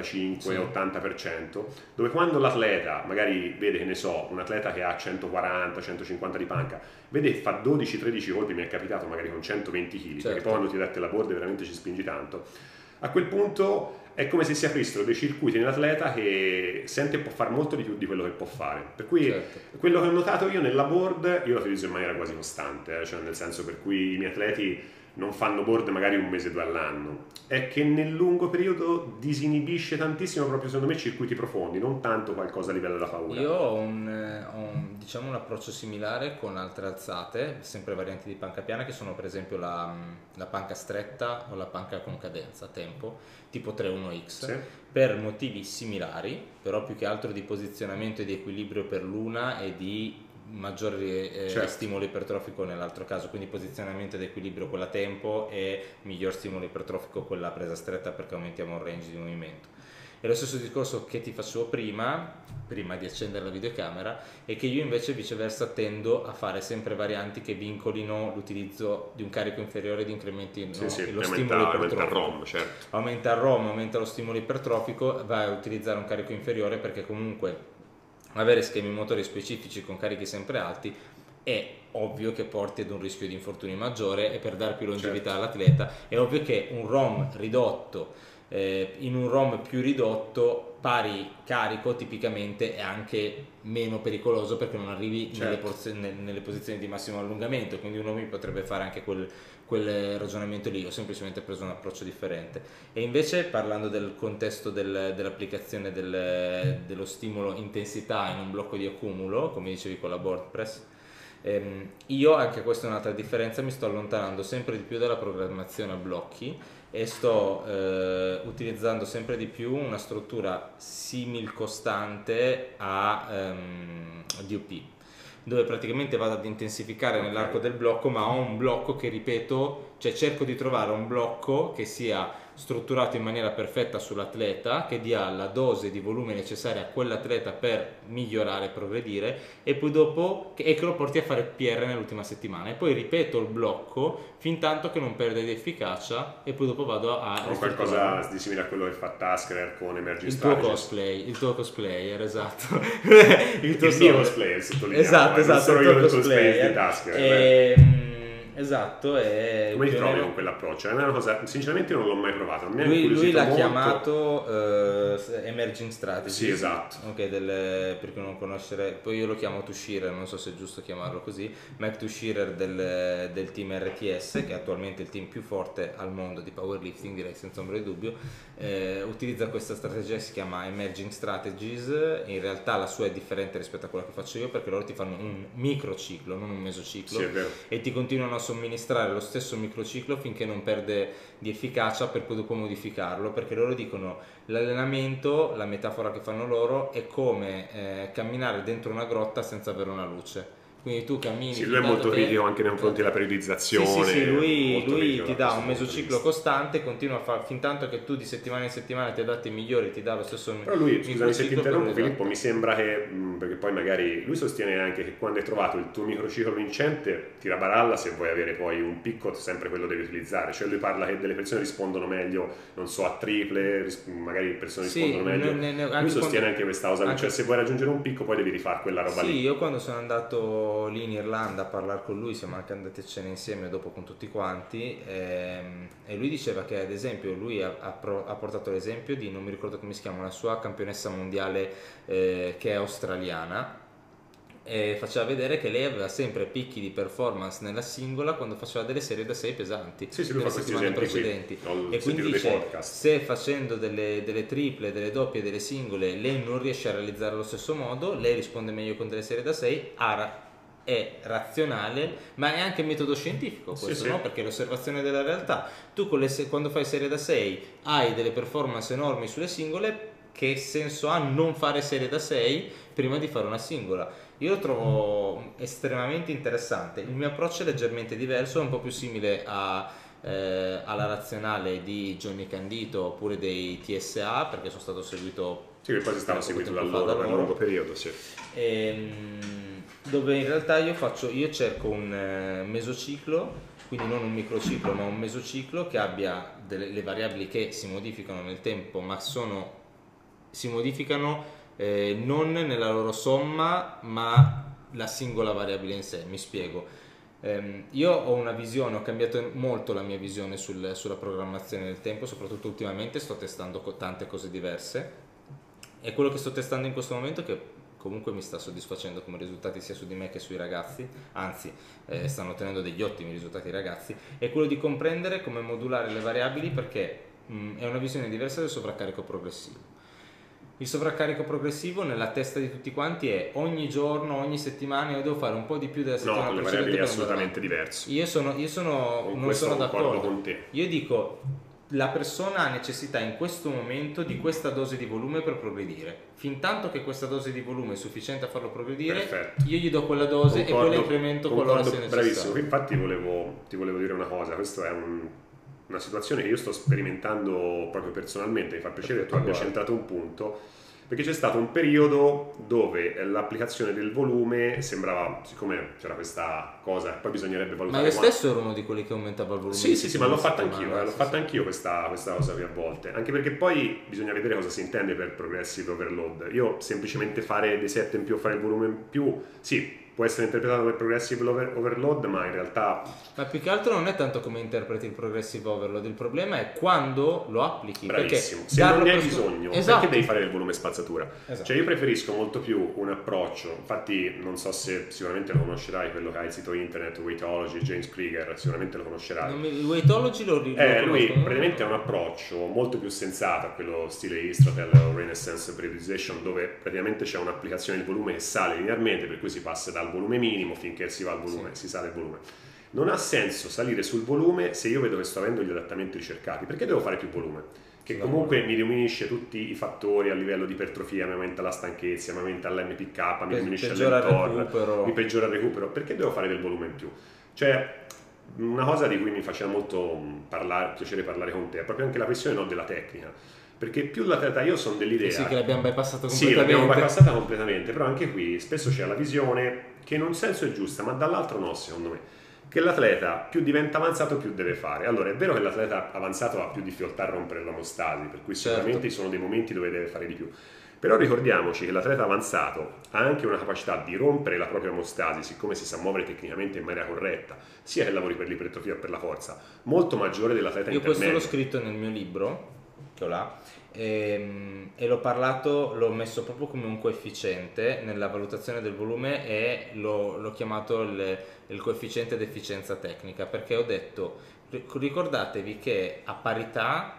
all'85-80%, dove quando l'atleta magari vede, che ne so, un atleta che ha 140-150 di panca, vede che fa 12-13 colpi, mi è capitato magari con 120 kg, perché poi quando ti dette la board veramente ci spingi tanto. A quel punto è come se si aprissero dei circuiti nell'atleta che sente può fare molto di più di quello che può fare. Per cui quello che ho notato io nella board, io la utilizzo in maniera quasi costante, cioè nel senso per cui i miei atleti non fanno board magari un mese o 2 all'anno, è che nel lungo periodo disinibisce tantissimo proprio secondo me circuiti profondi, non tanto qualcosa a livello della paura. Io ho un approccio similare con altre alzate, sempre varianti di panca piana, che sono per esempio la panca stretta o la panca con cadenza a tempo, tipo 3-1X, sì. Per motivi similari, però più che altro di posizionamento e di equilibrio per l'una e di maggiore stimolo ipertrofico nell'altro caso, quindi posizionamento ed equilibrio quella a tempo e miglior stimolo ipertrofico quella a presa stretta, perché aumentiamo il range di movimento. E lo stesso discorso che ti facevo prima di accendere la videocamera, è che io invece viceversa tendo a fare sempre varianti che vincolino l'utilizzo di un carico inferiore, di incrementino lo stimolo ipertrofico. Aumenta il ROM, aumenta lo stimolo ipertrofico, vai a utilizzare un carico inferiore, perché comunque avere schemi motori specifici con carichi sempre alti è ovvio che porti ad un rischio di infortuni maggiore, e per dare più longevità all'atleta è ovvio che un ROM ridotto in un ROM più ridotto pari carico tipicamente è anche meno pericoloso, perché non arrivi nelle posizioni di massimo allungamento, quindi uno mi potrebbe fare anche quel ragionamento lì. Ho semplicemente preso un approccio differente. E invece, parlando del contesto dell'applicazione dello stimolo intensità in un blocco di accumulo, come dicevi con la board press, Io, anche questa è un'altra differenza, mi sto allontanando sempre di più dalla programmazione a blocchi e sto utilizzando sempre di più una struttura simil costante a DOP, dove praticamente vado ad intensificare nell'arco del blocco, ma ho un blocco che, ripeto, cioè cerco di trovare un blocco che sia strutturato in maniera perfetta sull'atleta, che dia la dose di volume necessaria a quell'atleta per migliorare e progredire, e poi dopo che lo porti a fare PR nell'ultima settimana, e poi ripeto il blocco fin tanto che non perde di efficacia, e poi dopo vado a qualcosa di simile a quello che fa Tasker con Emerging Strategies. Il tuo cosplayer, esatto. il mio cosplayer, sottolineiamo. Esatto, non sono il io tuo il cosplayer di Tasker. Esatto, e come ti trovi con quell'approccio? È una cosa, sinceramente non l'ho mai provato. Lui l'ha molto. Chiamato Emerging Strategies. Sì, esatto. Ok, per chi non conoscere, poi io lo chiamo Tushirer, non so se è giusto chiamarlo così. Mac Tushirer del team RTS, che è attualmente il team più forte al mondo di powerlifting, direi senza ombra di dubbio. Utilizza questa strategia, si chiama Emerging Strategies. In realtà la sua è differente rispetto a quella che faccio io, perché loro ti fanno un microciclo, non un mesociclo, sì, è vero. e ti continuano a somministrare lo stesso microciclo finché non perde di efficacia, per poi dopo modificarlo, perché loro dicono l'allenamento, la metafora che fanno loro, è come camminare dentro una grotta senza avere una luce. Quindi tu cammini. Sì, lui è molto critico anche nei confronti della periodizzazione. Sì, lui ti dà un mesociclo costante, continua a fare fin tanto che tu di settimana in settimana ti adatti migliori, ti dà lo stesso. Però lui, scusami se ti interrompo Filippo, mi sembra che, perché poi magari lui sostiene anche che quando hai trovato il tuo microciclo vincente, tira baralla, se vuoi avere poi un picco sempre quello devi utilizzare. Cioè lui parla che delle persone rispondono meglio, non so, a triple, magari persone rispondono meglio. Lui sostiene anche questa cosa, cioè se vuoi raggiungere un picco poi devi rifare quella roba lì. Sì, io quando sono andato lì in Irlanda a parlare con lui, siamo anche andati a cena insieme dopo con tutti quanti, e lui diceva che ad esempio lui ha portato l'esempio di, non mi ricordo come si chiama, una sua campionessa mondiale che è australiana, e faceva vedere che lei aveva sempre picchi di performance nella singola quando faceva delle serie da 6 pesanti nelle settimane precedenti, e quindi dice, se facendo delle triple, delle doppie, delle singole lei non riesce a realizzare allo stesso modo, lei risponde meglio con delle serie da 6, è razionale, ma è anche metodo scientifico questo, sì, no? Perché è l'osservazione della realtà. Tu quando fai serie da 6 hai delle performance enormi sulle singole, che senso ha non fare serie da 6 prima di fare una singola? Io lo trovo estremamente interessante. Il mio approccio è leggermente diverso, è un po' più simile alla razionale di Johnny Candito oppure dei TSA, perché sono stato seguito. Sì, che poi si stava seguito da loro per un lungo periodo, sì. Dove in realtà io cerco un mesociclo, quindi non un microciclo ma un mesociclo che abbia le variabili che si modificano nel tempo, ma si modificano non nella loro somma ma la singola variabile in sé. Mi spiego. Io ho cambiato molto la mia visione sulla programmazione del tempo, soprattutto ultimamente sto testando tante cose diverse, e quello che sto testando in questo momento, che comunque mi sta soddisfacendo come risultati sia su di me che sui ragazzi, anzi stanno ottenendo degli ottimi risultati i ragazzi, è quello di comprendere come modulare le variabili, perché è una visione diversa del sovraccarico progressivo. Il sovraccarico progressivo nella testa di tutti quanti è ogni giorno, ogni settimana io devo fare un po' di più della settimana precedente. No, le variabili assolutamente diverse. Io non sono d'accordo con te. Io dico, la persona ha necessità in questo momento di questa dose di volume per progredire. Fin tanto che questa dose di volume è sufficiente a farlo progredire, perfetto, io gli do quella dose e poi la incremento qualora sia necessario. Bravissimo, infatti ti volevo dire una cosa, questa è una situazione che io sto sperimentando proprio personalmente, mi fa piacere che tu abbia centrato un punto, perché c'è stato un periodo dove l'applicazione del volume sembrava, siccome c'era questa cosa, poi bisognerebbe valutare. Ma io stesso ero uno di quelli che aumentava il volume. Sì, ma l'ho fatta anch'io, anch'io questa cosa qui a volte, anche perché poi bisogna vedere cosa si intende per progressive overload. Io semplicemente fare dei set in più, fare il volume in più, sì, può essere interpretato come progressive overload, ma in realtà... Ma più che altro non è tanto come interpreti il progressive overload, il problema è quando lo applichi. Bravissimo, se non ne hai bisogno, esatto, perché devi fare del volume spazzatura? Esatto. Cioè io preferisco molto più un approccio, infatti non so se sicuramente lo conoscerai, quello che ha il sito internet, Weightology, James Krieger, sicuramente lo conoscerai. Weightology lo conosco. Lui praticamente ha un approccio molto più sensato a quello stile Israel o Renaissance Periodization, dove praticamente c'è un'applicazione di volume che sale linearmente, per cui si passa al volume minimo, finché si va al volume, si sale il volume. Non ha senso salire sul volume se io vedo che sto avendo gli adattamenti ricercati, perché devo fare più volume? Che comunque mi diminuisce tutti i fattori a livello di ipertrofia, mi aumenta la stanchezza, mi aumenta l'MPK, mi diminuisce l'mTOR, mi peggiora il recupero, perché devo fare del volume in più? Cioè, una cosa di cui mi faceva molto piacere parlare con te è proprio anche la questione della tecnica, perché più l'atleta, io sono dell'idea... Sì, che l'abbiamo bypassata completamente. Sì, l'abbiamo bypassata completamente, però anche qui spesso c'è la visione che in un senso è giusta, ma dall'altro no, secondo me, che l'atleta più diventa avanzato più deve fare. Allora è vero che l'atleta avanzato ha più difficoltà a rompere l'omostasi, per cui sicuramente ci sono dei momenti dove deve fare di più, però ricordiamoci che l'atleta avanzato ha anche una capacità di rompere la propria omostasi, siccome si sa muovere tecnicamente in maniera corretta, sia che lavori per l'ipertrofia o per la forza, molto maggiore dell'atleta intermedio. Io questo l'ho scritto nel mio libro, che ho là, e l'ho messo proprio come un coefficiente nella valutazione del volume e l'ho chiamato il coefficiente d'efficienza tecnica, perché ho detto, ricordatevi che a parità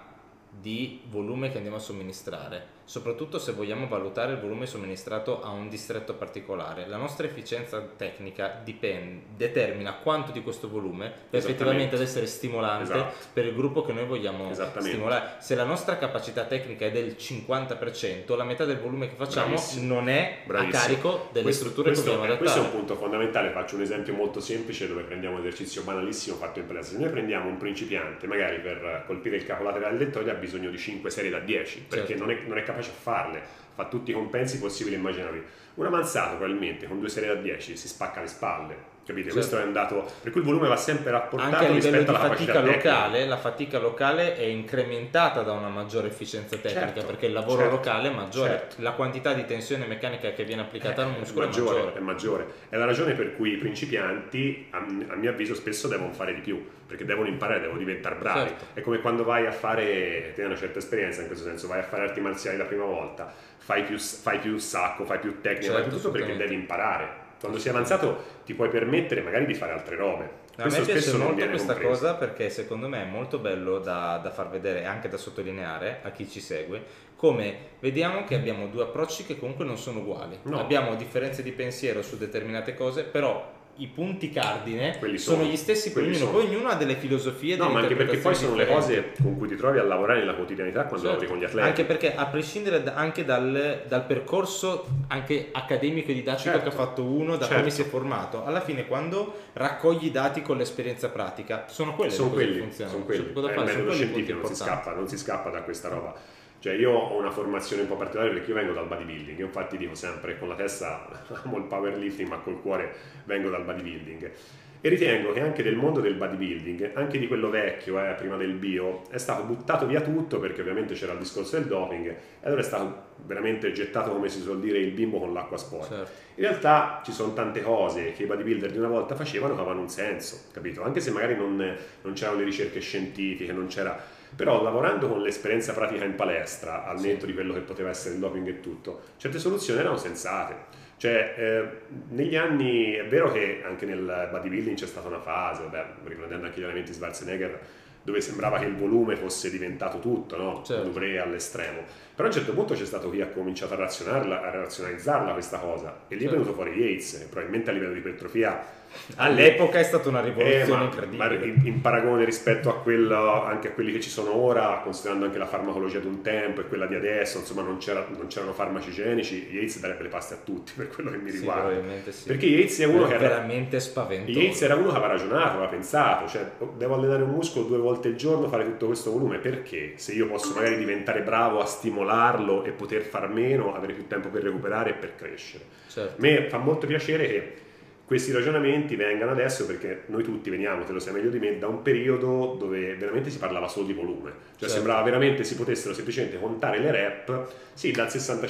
di volume che andiamo a somministrare, soprattutto se vogliamo valutare il volume somministrato a un distretto particolare, la nostra efficienza tecnica determina quanto di questo volume effettivamente ad essere stimolante per il gruppo che noi vogliamo stimolare. Se la nostra capacità tecnica è del 50%, la metà del volume che facciamo non è a carico delle strutture che dobbiamo adattare. Questo è un punto fondamentale. Faccio un esempio molto semplice dove prendiamo un esercizio banalissimo fatto in palestra. Se noi prendiamo un principiante, magari per colpire il capo laterale del deltoide ha bisogno di 5 serie da 10, perché non è capace a farle, fa tutti i compensi possibili e immaginabili. Un avanzato probabilmente con 2 serie da 10 si spacca le spalle, capite? Questo è un dato per cui il volume va sempre rapportato anche a livello rispetto di alla fatica locale. La fatica locale è incrementata da una maggiore efficienza tecnica, perché il lavoro locale è maggiore, la quantità di tensione meccanica che viene applicata al muscolo è maggiore. È la ragione per cui i principianti, a mio avviso, spesso devono fare di più, perché devono imparare, devono diventare bravi. È come quando vai a fare, te hai una certa esperienza in questo senso, vai a fare arti marziali la prima volta, fai più sacco, fai più tecnica, fai più tutto, perché devi imparare. Quando sei avanzato ti puoi permettere magari di fare altre robe. A me piace molto questa cosa, perché secondo me è molto bello da far vedere e anche da sottolineare a chi ci segue, come vediamo che abbiamo due approcci che comunque non sono uguali. Abbiamo differenze di pensiero su determinate cose, però i punti cardine sono gli stessi per ognuno, poi ognuno ha delle filosofie, ma anche perché poi sono le cose con cui ti trovi a lavorare nella quotidianità quando lavori con gli atleti. Anche perché, a prescindere anche dal percorso anche accademico e didattico che ha fatto uno, da come si è formato, alla fine quando raccogli i dati con l'esperienza pratica sono quelli che funzionano. Sono quelli. Il metodo scientifico non si scappa da questa roba. Cioè io ho una formazione un po' particolare perché io vengo dal bodybuilding, io infatti dico sempre con la testa amo il powerlifting, ma col cuore vengo dal bodybuilding e ritengo che anche del mondo del bodybuilding, anche di quello vecchio, prima del bio, è stato buttato via tutto, perché ovviamente c'era il discorso del doping e allora è stato veramente gettato, come si suol dire, il bimbo con l'acqua sporca. In realtà ci sono tante cose che i bodybuilder di una volta facevano che avevano un senso, capito? Anche se magari non c'erano le ricerche scientifiche, non c'era... Però lavorando con l'esperienza pratica in palestra, al netto di quello che poteva essere il doping e tutto, certe soluzioni erano sensate. Cioè, negli anni è vero che anche nel bodybuilding c'è stata una fase, riprendendo anche gli elementi Schwarzenegger, dove sembrava che il volume fosse diventato tutto, no? L'uvré all'estremo. Però a un certo punto c'è stato chi ha cominciato a razionalizzarla questa cosa, e lì è venuto fuori Yates, che probabilmente a livello di ipertrofia all'epoca è stata una rivoluzione incredibile. Ma in paragone rispetto a quello, anche a quelli che ci sono ora, considerando anche la farmacologia di un tempo e quella di adesso, insomma non c'erano farmaci igienici, Yates darebbe le paste a tutti, per quello che mi riguarda. Probabilmente sì. Perché Yates è uno che veramente spaventoso. Yates era uno che aveva ragionato, aveva pensato, cioè devo allenare un muscolo 2 volte al giorno, fare tutto questo volume, perché? Se io posso magari diventare bravo a stimolarlo e poter far meno, avere più tempo per recuperare e per crescere. A me fa molto piacere che questi ragionamenti vengano adesso, perché noi tutti veniamo, te lo sai meglio di me, da un periodo dove veramente si parlava solo di volume, cioè sembrava veramente si potessero semplicemente contare le rep, sì, dal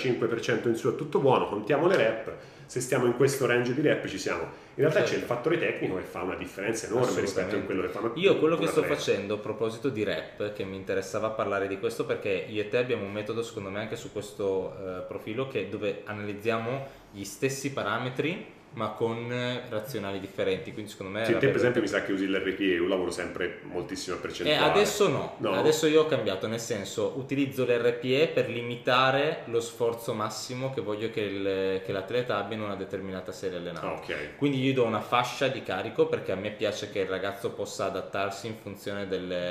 65% in su è tutto buono, contiamo le rep, se stiamo in questo range di rep ci siamo. In realtà c'è il fattore tecnico che fa una differenza enorme rispetto a quello che fanno. Io quello che sto facendo a proposito di rep, che mi interessava parlare di questo, perché io e te abbiamo un metodo secondo me anche su questo profilo dove analizziamo gli stessi parametri ma con razionali differenti, quindi secondo me... Sì, te per esempio mi sa che usi l'RPE, io lavoro sempre moltissimo a percentuale. Adesso no, No? adesso io ho cambiato, nel senso utilizzo l'RPE per limitare lo sforzo massimo che voglio che l'atleta abbia in una determinata serie allenante. Ok. Quindi io do una fascia di carico perché a me piace che il ragazzo possa adattarsi in funzione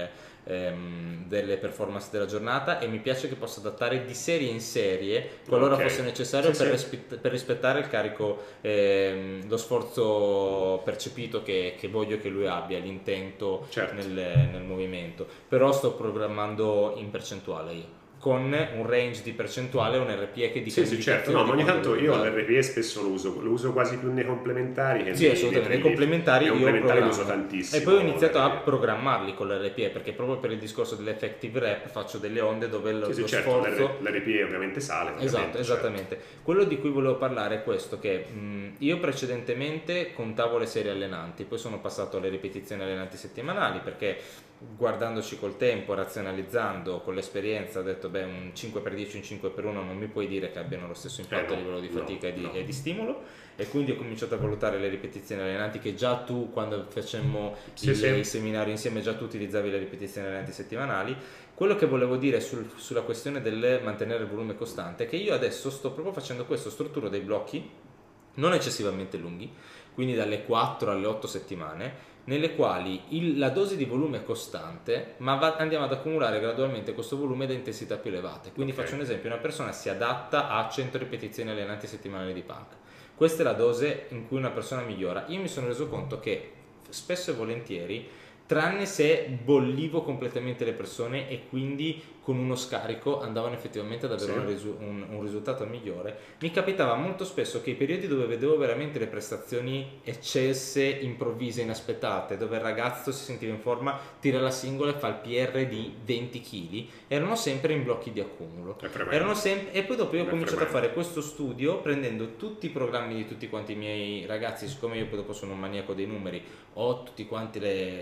delle performance della giornata, e mi piace che possa adattare di serie in serie qualora fosse necessario per rispettare il carico, lo sforzo percepito che voglio che lui abbia, l'intento nel movimento. Però sto programmando in percentuale io, con un range di percentuale, un RPE che dica sì, certo, no, ma ogni tanto io l'RPE spesso lo uso quasi più nei complementari che assolutamente, nei complementari io lo uso tantissimo. E poi ho iniziato a programmarli con l'RPE, perché proprio per il discorso dell'effective rep faccio delle onde dove lo sforzo... l'RPE ovviamente sale. Esatto, esattamente. Certo. Quello di cui volevo parlare è questo, che io precedentemente contavo le serie allenanti, poi sono passato alle ripetizioni allenanti settimanali, perché guardandoci col tempo, razionalizzando con l'esperienza, ho detto un 5x10, un 5x1 non mi puoi dire che abbiano lo stesso impatto a livello di fatica e di stimolo, e quindi ho cominciato a valutare le ripetizioni allenanti, che già tu, quando facemmo i seminari insieme, già tu utilizzavi le ripetizioni allenanti settimanali. Quello che volevo dire sulla questione del mantenere il volume costante è che io adesso sto proprio facendo questo, strutturo dei blocchi non eccessivamente lunghi, quindi dalle 4 alle 8 settimane, nelle quali la dose di volume è costante, ma andiamo ad accumulare gradualmente questo volume da intensità più elevate. Quindi faccio un esempio: una persona si adatta a 100 ripetizioni allenanti settimanali di panca, questa è la dose in cui una persona migliora. Io mi sono reso conto che spesso e volentieri, tranne se bollivo completamente le persone e quindi con uno scarico andavano effettivamente ad avere un risultato migliore, mi capitava molto spesso che i periodi dove vedevo veramente le prestazioni eccesse, improvvise, inaspettate, dove il ragazzo si sentiva in forma, tira la singola e fa il PR di 20 kg, erano sempre in blocchi di accumulo. E poi dopo io ho cominciato a fare questo studio prendendo tutti i programmi di tutti quanti i miei ragazzi, siccome io poi dopo sono un maniaco dei numeri, ho tutti quanti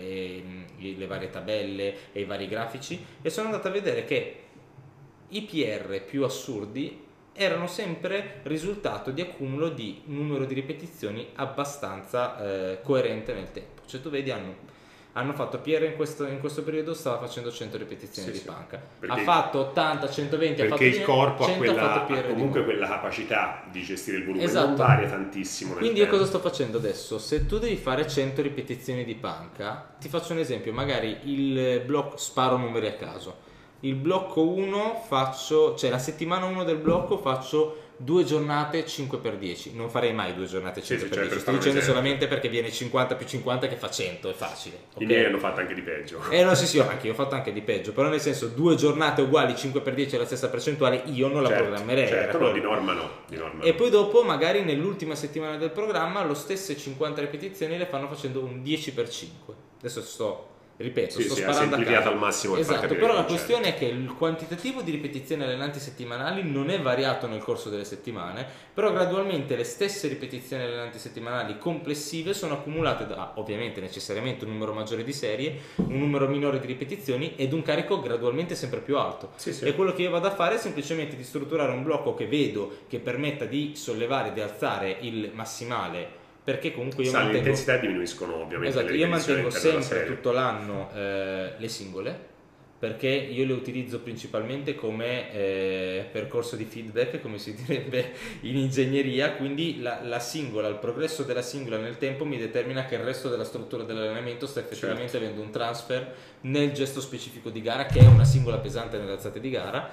le varie tabelle e i vari grafici, e sono andato a vedere che i PR più assurdi erano sempre risultato di accumulo di numero di ripetizioni abbastanza coerente nel tempo. Cioè tu vedi, hanno fatto PR in questo periodo, stava facendo 100 ripetizioni di panca, ha fatto 80, 120, perché il corpo ha comunque quella capacità di gestire il volume, non varia tantissimo. Quindi io cosa sto facendo adesso? Se tu devi fare 100 ripetizioni di panca, ti faccio un esempio, magari il blocco, sparo numeri a caso, il blocco 1 cioè la settimana 1 del blocco faccio 2 giornate 5x10, non farei mai 2 giornate 5x10, sto dicendo solamente perché viene 50 più 50 che fa 100, è facile. I miei hanno fatto anche di peggio. No, sì, anche io ho fatto anche di peggio, però nel senso 2 giornate uguali 5x10 è la stessa percentuale, io non la programmerei. Certo, no, di norma no. E poi dopo magari nell'ultima settimana del programma lo stesse 50 ripetizioni le fanno facendo un 10x5. Adesso sto sparando a caso. Al massimo. Esatto, però la questione è che il quantitativo di ripetizioni allenanti settimanali non è variato nel corso delle settimane, però gradualmente le stesse ripetizioni allenanti settimanali complessive sono accumulate da, ovviamente, necessariamente un numero maggiore di serie, un numero minore di ripetizioni ed un carico gradualmente sempre più alto. E quello che io vado a fare è semplicemente di strutturare un blocco che vedo che permetta di sollevare, di alzare il massimale, perché comunque io le intensità diminuiscono ovviamente. Esatto, io mantengo sempre tutto l'anno le singole, perché io le utilizzo principalmente come percorso di feedback, come si direbbe in ingegneria, quindi la singola, il progresso della singola nel tempo mi determina che il resto della struttura dell'allenamento sta effettivamente avendo un transfer nel gesto specifico di gara, che è una singola pesante nelle alzate di gara.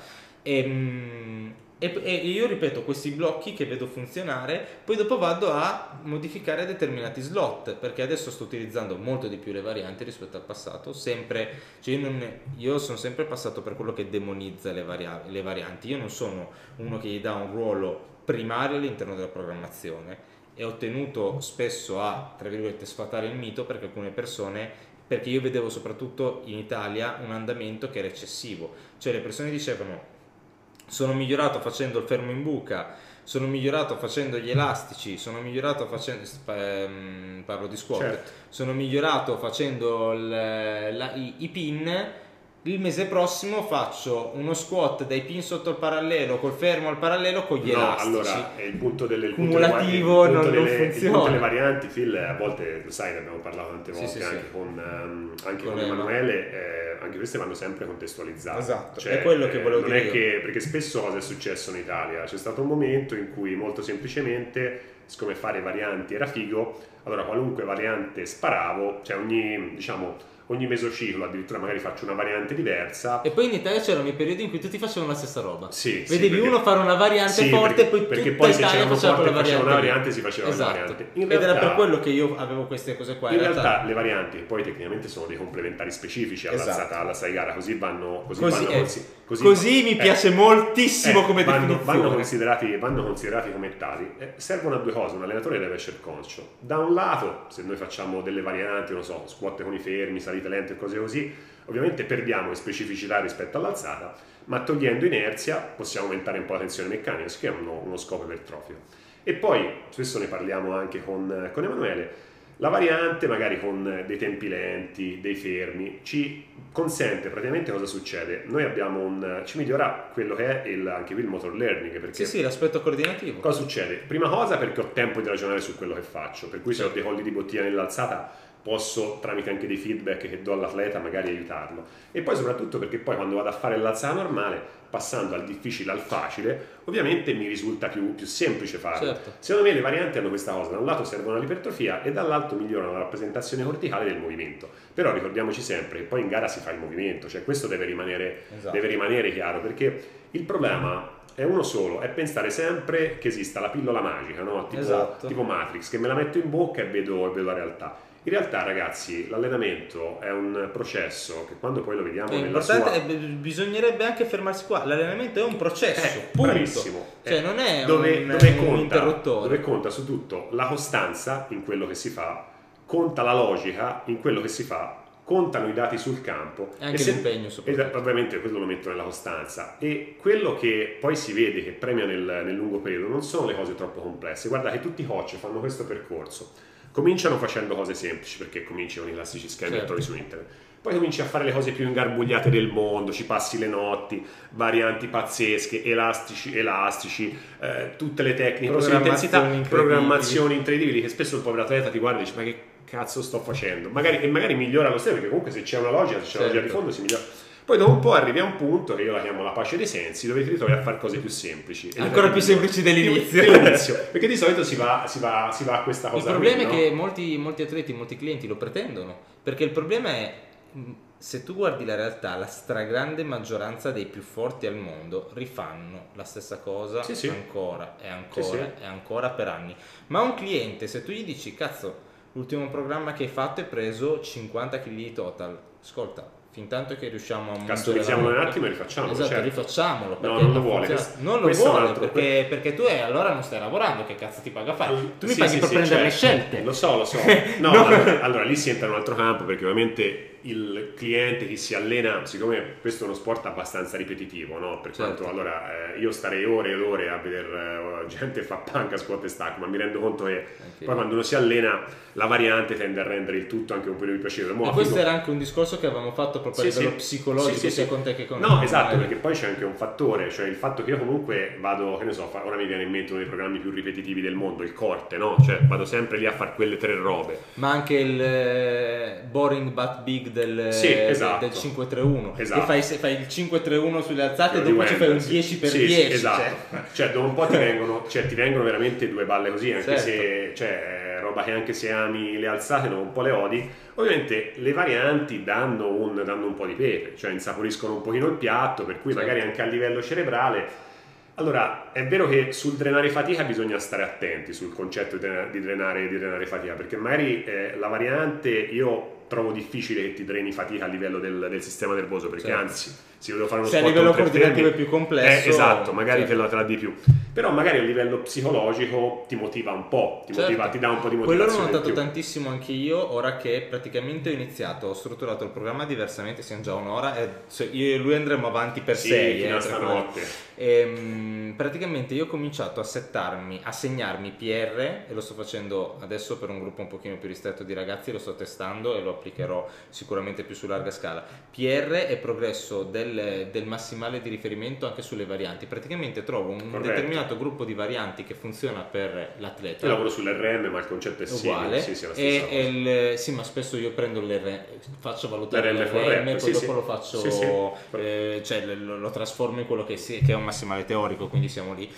E io ripeto questi blocchi che vedo funzionare, poi dopo vado a modificare determinati slot, perché adesso sto utilizzando molto di più le varianti rispetto al passato, io sono sempre passato per quello che demonizza le varianti, io non sono uno che gli dà un ruolo primario all'interno della programmazione, e ho tenuto spesso a, tra virgolette, sfatare il mito perché alcune persone, perché io vedevo soprattutto in Italia un andamento che era eccessivo, cioè le persone dicevano: sono migliorato facendo il fermo in buca, sono migliorato facendo gli elastici, sono migliorato facendo, parlo di squat, sono migliorato facendo i pin, il mese prossimo faccio uno squat dai pin sotto il parallelo col fermo al parallelo con gli elastici. Allora il punto del cumulativo non funziona. Il punto delle varianti, Phil, a volte lo sai, ne abbiamo parlato tante volte Sì, anche con Emanuele, anche queste vanno sempre contestualizzate. Esatto, è quello che volevo non dire è che, perché spesso cosa è successo in Italia? C'è stato un momento in cui molto semplicemente, siccome fare varianti era figo, allora qualunque variante sparavo, cioè ogni mesociclo addirittura magari faccio una variante diversa. E poi in Italia c'erano i periodi in cui tutti facevano la stessa roba. Sì, vedevi perché, uno fare una variante forte perché tutta poi se Italia c'erano faceva forte quella faceva una variante. variante si faceva Esatto. una variante. Ed era per quello che io avevo queste cose qua. In realtà le varianti poi tecnicamente sono dei complementari specifici alla gara, così mi piace moltissimo come definizione. Vanno considerati come tali. Servono a due cose, un allenatore deve essere conscio. Da un lato, se noi facciamo delle varianti, non so, squat con i fermi, salite lente e cose così, ovviamente perdiamo in specificità rispetto all'alzata, ma togliendo inerzia possiamo aumentare un po' la tensione meccanica, che è uno scopo ipertrofico. E poi, spesso ne parliamo anche con Emanuele, la variante magari con dei tempi lenti, dei fermi, ci consente praticamente cosa succede? Noi abbiamo ci migliora quello che è anche qui il motor learning. Perché sì, l'aspetto coordinativo. Cosa succede? Prima cosa perché ho tempo di ragionare su quello che faccio, per cui se ho dei colli di bottiglia nell'alzata posso tramite anche dei feedback che do all'atleta magari aiutarlo, e poi soprattutto perché poi quando vado a fare l'alzata normale, passando dal difficile al facile, ovviamente mi risulta più semplice farlo. Certo. Secondo me le varianti hanno questa cosa: da un lato servono all'ipertrofia e dall'altro migliorano la rappresentazione corticale del movimento. Però ricordiamoci sempre che poi in gara si fa il movimento, cioè questo deve rimanere chiaro, perché il problema è uno solo, è pensare sempre che esista la pillola magica, no? Tipo Matrix, che me la metto in bocca e vedo la realtà. In realtà, ragazzi, l'allenamento è un processo che quando poi lo vediamo bisognerebbe anche fermarsi qua. L'allenamento è un processo, punto. Bravissimo. Cioè non è un interruttore. Dove conta su tutto la costanza in quello che si fa, conta la logica in quello che si fa, contano i dati sul campo e anche l'impegno soprattutto. Ovviamente quello lo metto nella costanza, e quello che poi si vede che premia nel lungo periodo non sono le cose troppo complesse. Guarda che tutti i coach fanno questo percorso, cominciano facendo cose semplici perché cominci con i classici schemi che trovi su internet, poi cominci a fare le cose più ingarbugliate del mondo, ci passi le notti, varianti pazzesche, elastici, tutte le tecniche, intensità, programmazioni incredibili, che spesso il povero atleta ti guarda e dice: ma che cazzo sto facendo? Magari migliora lo stesso, perché comunque se c'è una logica, se c'è una logica di fondo si migliora. Poi dopo un po' arrivi a un punto che io la chiamo la pace dei sensi, dove ti ritrovi a fare cose più semplici. Ancora più semplici dell'inizio. Perché di solito si va a questa cosa. Il problema è che molti atleti, molti clienti lo pretendono, perché il problema è, se tu guardi la realtà, la stragrande maggioranza dei più forti al mondo rifanno la stessa cosa ancora e ancora per anni. Ma un cliente, se tu gli dici: cazzo, l'ultimo programma che hai fatto hai preso 50 kg di total, ascolta, fin tanto che riusciamo a customizziamolo un attimo e rifacciamolo. Esatto, certo. rifacciamolo, perché non lo vuole. Non lo vuole perché tu allora non stai lavorando, che cazzo ti paga a fare? Tu mi paghi per prendere le scelte. Lo so. No, allora lì si entra in un altro campo, perché ovviamente il cliente, chi si allena, siccome questo è uno sport abbastanza ripetitivo, no? Per quanto allora io starei ore ed ore a vedere gente fa panca, squat e stack, ma mi rendo conto che poi quando uno si allena la variante tende a rendere il tutto anche un po' più piacevole. E questo era anche un discorso che avevamo fatto proprio a livello psicologico, sia con te che con No, esatto, perché poi c'è anche un fattore, cioè il fatto che io comunque vado, che ne so, ora mi viene in mente uno dei programmi più ripetitivi del mondo, il corte, no? Cioè vado sempre lì a fare quelle 3 robe. Ma anche il boring but big del 531, esatto. Che fai il 531 sulle alzate e dopo ci fai un 10x10. Esatto. Cioè dopo un po' ti vengono veramente due balle così, anche se roba che anche se ami le alzate non un po' le odi. Ovviamente le varianti danno un po' di pepe, cioè insaporiscono un pochino il piatto, per cui magari anche a livello cerebrale. Allora, è vero che sul drenare fatica bisogna stare attenti sul concetto di drenare fatica, perché magari la variante io trovo difficile che ti dreni fatica a livello del sistema nervoso, perché anzi, se io devo fare uno sport a livello coordinativo è più complesso, esatto, magari te la di più, però magari a livello psicologico ti motiva un po', ti dà un po' di motivazione. Quello l'ho notato tantissimo anche io, ora che praticamente ho strutturato il programma diversamente, siamo già un'ora e io e lui andremo avanti per 6 fino a stanotte. Praticamente io ho cominciato a segnarmi PR, e lo sto facendo adesso per un gruppo un pochino più ristretto di ragazzi, lo sto testando e lo applicherò sicuramente più su larga scala. PR è progresso del massimale di riferimento anche sulle varianti. Praticamente trovo un determinato gruppo di varianti che funziona per l'atleta. Io lavoro sull'RM, ma il concetto è uguale. Sì, la stessa cosa. Sì, ma spesso io prendo faccio valutare l'RM, poi dopo lo faccio, cioè lo trasformo in quello che è un massimale teorico, quindi siamo lì.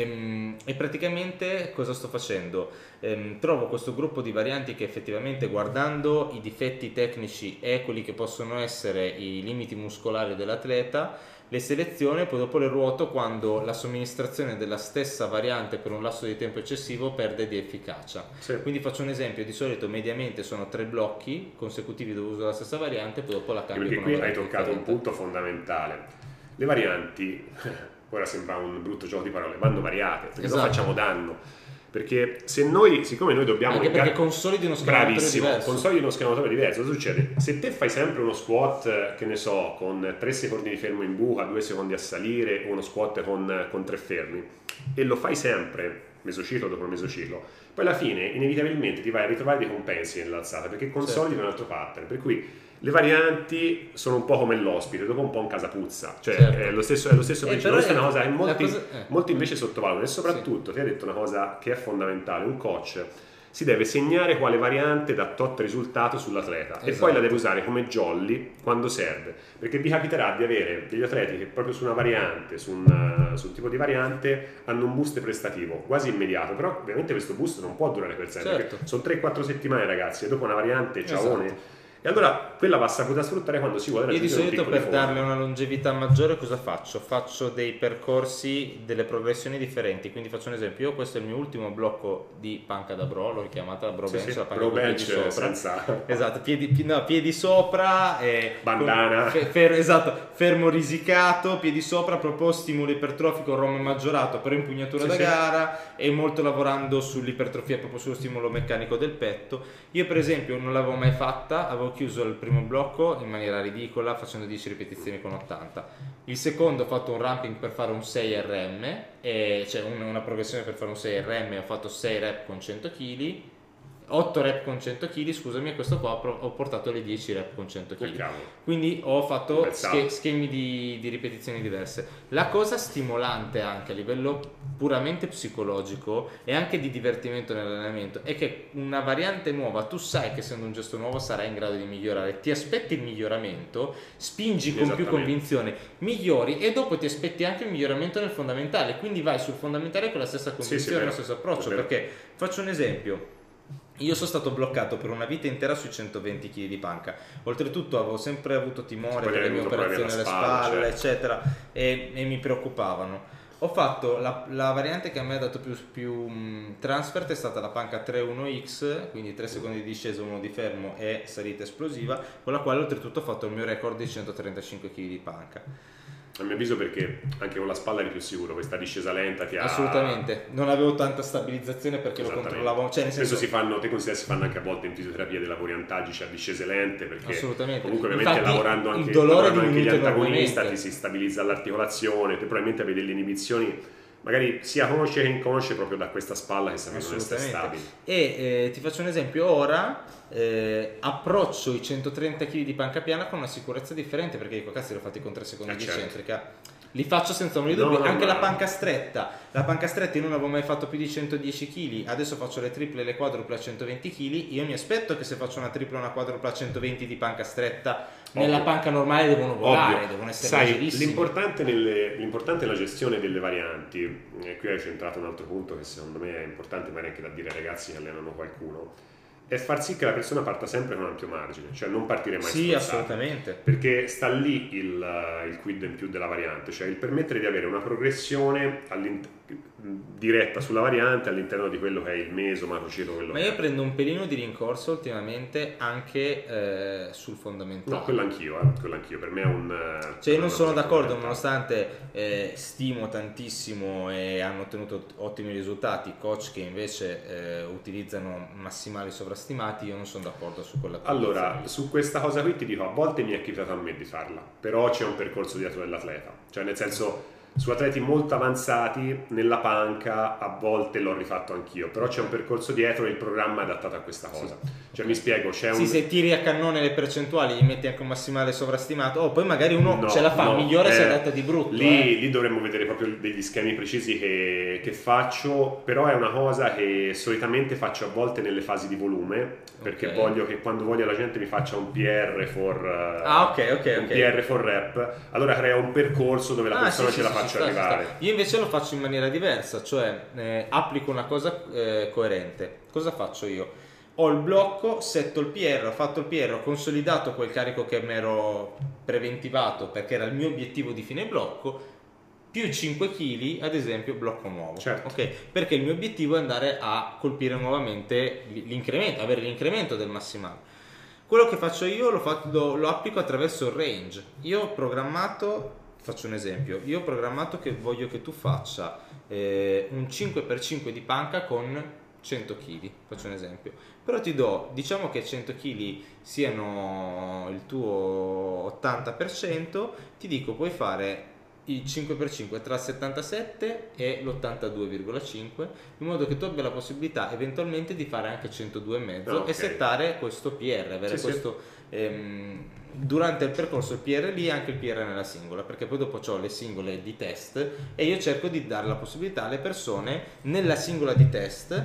E praticamente cosa sto facendo? Trovo questo gruppo di varianti che effettivamente, guardando i difetti tecnici e quelli che possono essere i limiti muscolari dell'atleta, le seleziono e poi dopo le ruoto quando la somministrazione della stessa variante per un lasso di tempo eccessivo perde di efficacia. Quindi faccio un esempio: di solito mediamente sono 3 blocchi consecutivi dove uso la stessa variante, poi dopo la cambio. Perché qui hai toccato un punto fondamentale. Le varianti, ora sembra un brutto gioco di parole, vanno variate, perché non facciamo danno. Perché siccome noi dobbiamo... Anche perché consolidi uno schematore diverso. Consolidi uno schematore diverso. Cosa succede? Se te fai sempre uno squat, che ne so, con 3 secondi di fermo in buca, 2 secondi a salire, o uno squat con 3 fermi, e lo fai sempre, mesociclo dopo mesociclo, poi alla fine inevitabilmente ti vai a ritrovare dei compensi nell'alzata, perché consolidi un altro pattern. Per cui le varianti sono un po' come l'ospite, dopo un po' in casa puzza, cioè è lo stesso principio. Questa è una cosa che molti invece sottovalutano, e soprattutto ti hai detto una cosa che è fondamentale: un coach si deve segnare quale variante dà tot risultato sull'atleta, e poi la deve usare come jolly quando serve, perché vi capiterà di avere degli atleti che proprio su una variante, su un tipo di variante, hanno un boost prestativo quasi immediato, però ovviamente questo boost non può durare per sempre, perché sono 3-4 settimane, ragazzi, e dopo una variante ciaone. E allora quella va saputa sfruttare quando si vuole. Io di solito, per darle una longevità maggiore, cosa faccio? Faccio dei percorsi, delle progressioni differenti. Quindi faccio un esempio: io questo è il mio ultimo blocco di panca da bro, l'ho chiamata la bro bench, la panca bench sopra. senza... Esatto, piedi sopra, bandana, fermo risicato, piedi sopra, proprio stimolo ipertrofico, ROM maggiorato per impugnatura da gara, e molto lavorando sull'ipertrofia, proprio sullo stimolo meccanico del petto. Io per esempio non l'avevo mai fatta, avevo chiuso il primo blocco in maniera ridicola facendo 10 ripetizioni con 80. Il secondo ho fatto un ramping per fare un 6 RM, cioè una progressione per fare un 6 RM, ho fatto 6 rep con 100 kg, 8 rep con 100 kg, scusami, e questo qua ho portato le 10 rep con 100 kg. Quindi ho fatto schemi di ripetizioni diverse. La cosa stimolante anche a livello puramente psicologico e anche di divertimento nell'allenamento è che una variante nuova, tu sai che essendo un gesto nuovo sarai in grado di migliorare, ti aspetti il miglioramento, spingi con più convinzione, migliori, e dopo ti aspetti anche il miglioramento nel fondamentale, quindi vai sul fondamentale con la stessa convinzione, lo stesso approccio. Perché faccio un esempio: io sono stato bloccato per una vita intera sui 120 kg di panca. Oltretutto avevo sempre avuto timore per le mie operazioni alle spalle, eccetera, e mi preoccupavano. Ho fatto la variante che a me ha dato più transfer, è stata la panca 3-1X, quindi 3 secondi di discesa, 1 di fermo e salita esplosiva, con la quale oltretutto ho fatto il mio record di 135 kg di panca. A mio avviso, perché anche con la spalla eri più sicuro, questa discesa lenta ti ha... Assolutamente, non avevo tanta stabilizzazione perché lo controllavo, cioè nel senso... Spesso si fanno anche a volte in fisioterapia dei lavori antagici a discese lente, perché comunque ovviamente infatti, lavorando anche gli antagonisti ti si stabilizza l'articolazione, te probabilmente avevi delle inibizioni, magari sia conosce che inconsce, proprio da questa spalla che sapeva non essere stabile. E ti faccio un esempio: ora approccio i 130 kg di panca piana con una sicurezza differente, perché dico cazzo, li ho fatti con 3 secondi di eccentrica, li faccio senza ombra di dubbio. Anche la panca stretta io non avevo mai fatto più di 110 kg, adesso faccio le triple e le quadruple a 120 kg. Io mi aspetto che se faccio una tripla e una quadrupla a 120 di panca stretta, nella panca normale devono volare, devono essere leggerissimi. L'importante è la gestione delle varianti, e qui hai centrato un altro punto che secondo me è importante, ma anche da dire ai ragazzi che allenano qualcuno, è far sì che la persona parta sempre con ampio margine, cioè non partire mai strozzato. Assolutamente. Perché sta lì il quid in più della variante, cioè il permettere di avere una progressione diretta sulla variante all'interno di quello che è il meso, macrociclo, quello. Ma io prendo un pelino di rincorso ultimamente anche sul fondamentale. No, quello anch'io, per me è un... Cioè io non sono d'accordo, nonostante stimo tantissimo e hanno ottenuto ottimi risultati coach che invece utilizzano massimali sovrastimati, io non sono d'accordo su quella cosa. Allora, su questa cosa qui ti dico, a volte mi è capitato a me di farla, però c'è un percorso dietro dell'atleta, cioè nel senso, su atleti molto avanzati nella panca a volte l'ho rifatto anch'io, però c'è un percorso dietro e il programma è adattato a questa cosa. Cioè mi spiego, c'è Sì, se tiri a cannone le percentuali gli metti anche un massimale sovrastimato, poi magari uno ce la fa, migliore se adatta di brutto. Lì dovremmo vedere proprio degli schemi precisi che faccio, però è una cosa che solitamente faccio a volte nelle fasi di volume, perché voglio che quando voglio la gente mi faccia un PR un PR for rep, allora creo un percorso dove la persona ce la faccio arrivare. Io invece lo faccio in maniera diversa, cioè applico una cosa coerente. Cosa faccio io? Ho il blocco, setto il PR, ho fatto il PR, ho consolidato quel carico che mi ero preventivato perché era il mio obiettivo di fine blocco, più 5 kg ad esempio blocco nuovo. Certo. Perché il mio obiettivo è andare a colpire nuovamente l'incremento, avere l'incremento del massimale. Quello che faccio io lo applico attraverso il range. Io ho programmato, faccio un esempio, io ho programmato che voglio che tu faccia un 5x5 di panca con 100 kg, faccio un esempio, però ti do, diciamo che 100 kg siano il tuo 80%, ti dico puoi fare il 5x5 tra il 77 e l'82,5 in modo che tu abbia la possibilità eventualmente di fare anche 102,5 e settare questo PR, avere questo durante il percorso il PR lì e anche il PR nella singola, perché poi dopo ho le singole di test e io cerco di dare la possibilità alle persone nella singola di test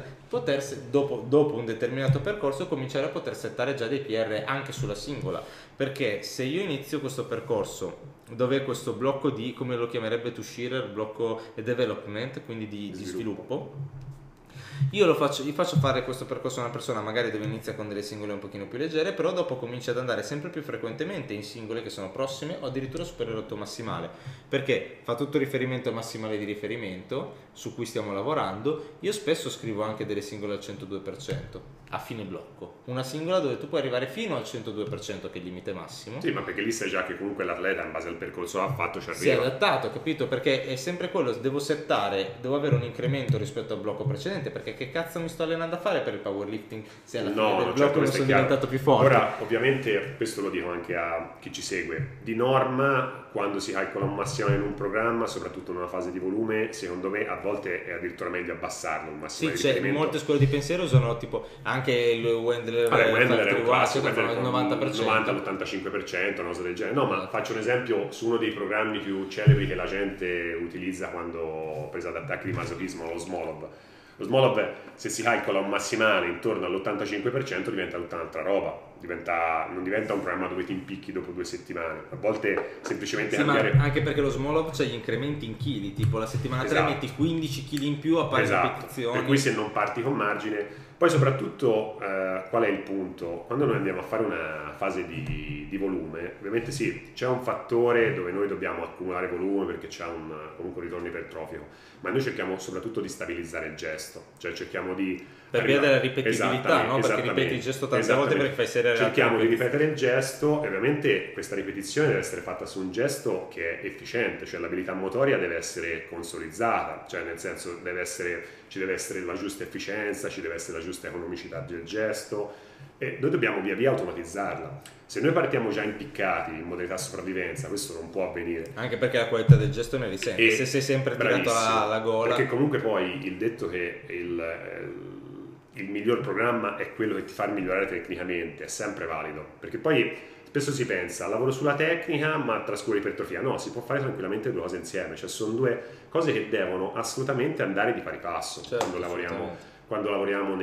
dopo un determinato percorso cominciare a poter settare già dei PR anche sulla singola, perché se io inizio questo percorso dove questo blocco di, come lo chiamerebbe Tushirer, blocco development, quindi di sviluppo, io gli faccio fare questo percorso a una persona magari dove inizia con delle singole un pochino più leggere, però dopo comincia ad andare sempre più frequentemente in singole che sono prossime o addirittura superiore al tuo massimale, perché fa tutto riferimento al massimale di riferimento su cui stiamo lavorando. Io spesso scrivo anche delle singole al 102% a fine blocco, una singola dove tu puoi arrivare fino al 102% che è il limite massimo. Sì, ma perché lì sai già che comunque l'atleta in base al percorso che ha fatto ci arriva. Si è adattato, capito? Perché è sempre quello, devo avere un incremento rispetto al blocco precedente, perché che cazzo mi sto allenando a fare per il powerlifting se alla fine del blocco non sono diventato più forte? Ora, ovviamente, questo lo dico anche a chi ci segue, di norma quando si calcola un massimale in un programma, soprattutto in una fase di volume, secondo me a volte è addirittura meglio abbassarlo un massimale. Sì, molte scuole di pensiero sono tipo anche il Wendler è un classico, il 90%, 90-85%, una cosa del genere. No, ma faccio un esempio su uno dei programmi più celebri che la gente utilizza quando presa ad attacchi di masochismo, lo Smolov. Lo Smolov, se si calcola un massimale intorno all'85%, diventa tutta un'altra roba. Non diventa un programma dove ti impicchi dopo 2 settimane. A volte semplicemente cambiare. Ma anche perché lo Smolov c'ha gli incrementi in chili, tipo la settimana 3 metti 15 kg in più a pari ripetizioni. Per cui se non parti con margine. Poi soprattutto qual è il punto? Quando noi andiamo a fare una fase di volume, ovviamente sì, c'è un fattore dove noi dobbiamo accumulare volume perché c'è comunque un ritorno ipertrofico, ma noi cerchiamo soprattutto di stabilizzare il gesto, cioè cerchiamo di per via della ripetitività, no? Perché ripeti il gesto tante volte perché fai serie cerchiamo di ripetere il gesto e ovviamente questa ripetizione deve essere fatta su un gesto che è efficiente, cioè l'abilità motoria deve essere consolizzata, cioè nel senso ci deve essere la giusta efficienza, ci deve essere la giusta economicità del gesto e noi dobbiamo via via automatizzarla. Se noi partiamo già impiccati in modalità sopravvivenza, questo non può avvenire. Anche perché la qualità del gesto ne risente, se sei sempre tirato alla gola. Perché comunque poi il detto che il miglior programma è quello che ti fa migliorare tecnicamente, è sempre valido, perché poi spesso si pensa lavoro sulla tecnica ma trascuro l'ipertrofia. No, si può fare tranquillamente 2 cose insieme, cioè sono 2 cose che devono assolutamente andare di pari passo quando lavoriamo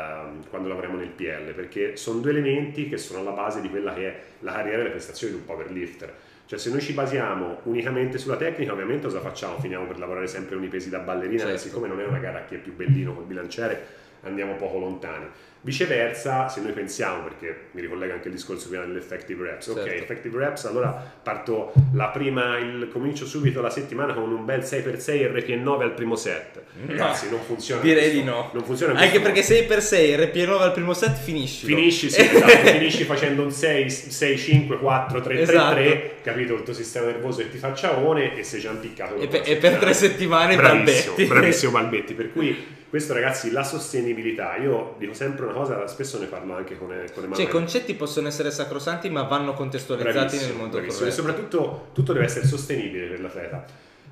nel PL, perché sono 2 elementi che sono alla base di quella che è la carriera e le prestazioni di un powerlifter. Cioè se noi ci basiamo unicamente sulla tecnica, ovviamente cosa facciamo? Finiamo per lavorare sempre con i pesi da ballerina, siccome non è una gara a chi è più bellino col bilanciere andiamo poco lontani. Viceversa, se noi pensiamo, perché mi ricollega anche il discorso prima dell'effective reps, ok, effective reps, allora parto comincio subito la settimana con un bel 6x6 RP9 al primo set. Ragazzi, non funziona. Direi di no. Non funziona anche perché 6x6 RP9 al primo set finisci, sì, esatto, finisci facendo un 6-5, 4, 3, 3, 3, capito? Il tuo sistema nervoso che ti fa ciaone e sei già impiccato. E per 3 settimane bravissimo Balbetti, per cui questo ragazzi, la sostenibilità, io dico sempre una cosa, spesso ne parlo anche con Emanuele. Cioè i concetti possono essere sacrosanti ma vanno contestualizzati nel mondo corretto. E soprattutto tutto deve essere sostenibile per l'atleta.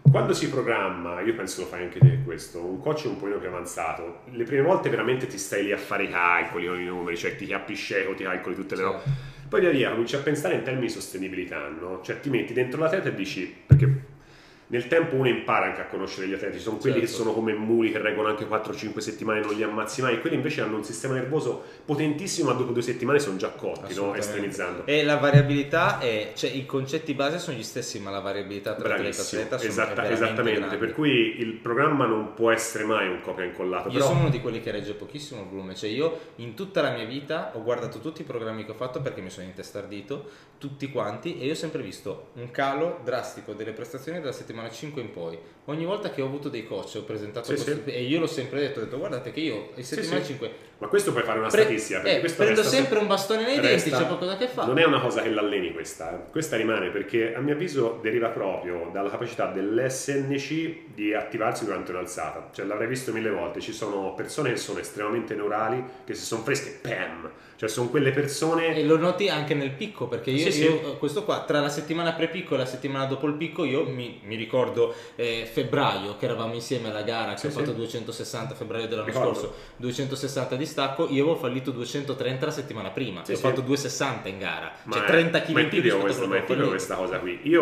quando si programma, io penso lo fai anche te questo, un coach un pochino più avanzato, le prime volte veramente ti stai lì a fare i calcoli con i numeri, cioè ti chiappi scieco, ti calcoli tutte le robe. Poi via via cominci a pensare in termini di sostenibilità, no? Cioè ti metti dentro l'atleta e dici, perché nel tempo uno impara anche a conoscere gli atleti, ci sono quelli che sono come muli che reggono anche 4-5 settimane e non li ammazzi mai, quelli invece hanno un sistema nervoso potentissimo, ma dopo 2 settimane sono già cotti, no? Estremizzando. E la variabilità è, cioè i concetti base sono gli stessi, ma la variabilità tra atleta e atleta sono esattamente grandi. Per cui il programma non può essere mai un copia e incollato. Io sono uno di quelli che regge pochissimo il volume, cioè io in tutta la mia vita ho guardato tutti i programmi che ho fatto perché mi sono intestardito, tutti quanti, e io ho sempre visto un calo drastico delle prestazioni dalla settimana 5 in poi. Ogni volta che ho avuto dei coach ho presentato e io l'ho sempre detto, ho detto guardate che io in settimana 5 ma questo puoi fare una statistica perché questo prendo sempre un bastone nei denti, c'è qualcosa che fa. Non è una cosa che l'alleni questa rimane, perché a mio avviso deriva proprio dalla capacità dell'SNC di attivarsi durante un'alzata. Cioè l'avrei visto 1000 volte, ci sono persone che sono estremamente neurali, che se sono fresche, pam! Cioè sono quelle persone... E lo noti anche nel picco, perché io questo qua, tra la settimana pre-picco e la settimana dopo il picco, io mi ricordo febbraio, che eravamo insieme alla gara, che ho fatto 260, febbraio dell'anno scorso, 260 di stacco, io avevo fallito 230 la settimana prima, ho fatto 260 in gara, cioè 30 kg in più rispetto a quello che ho questa cosa qui. Io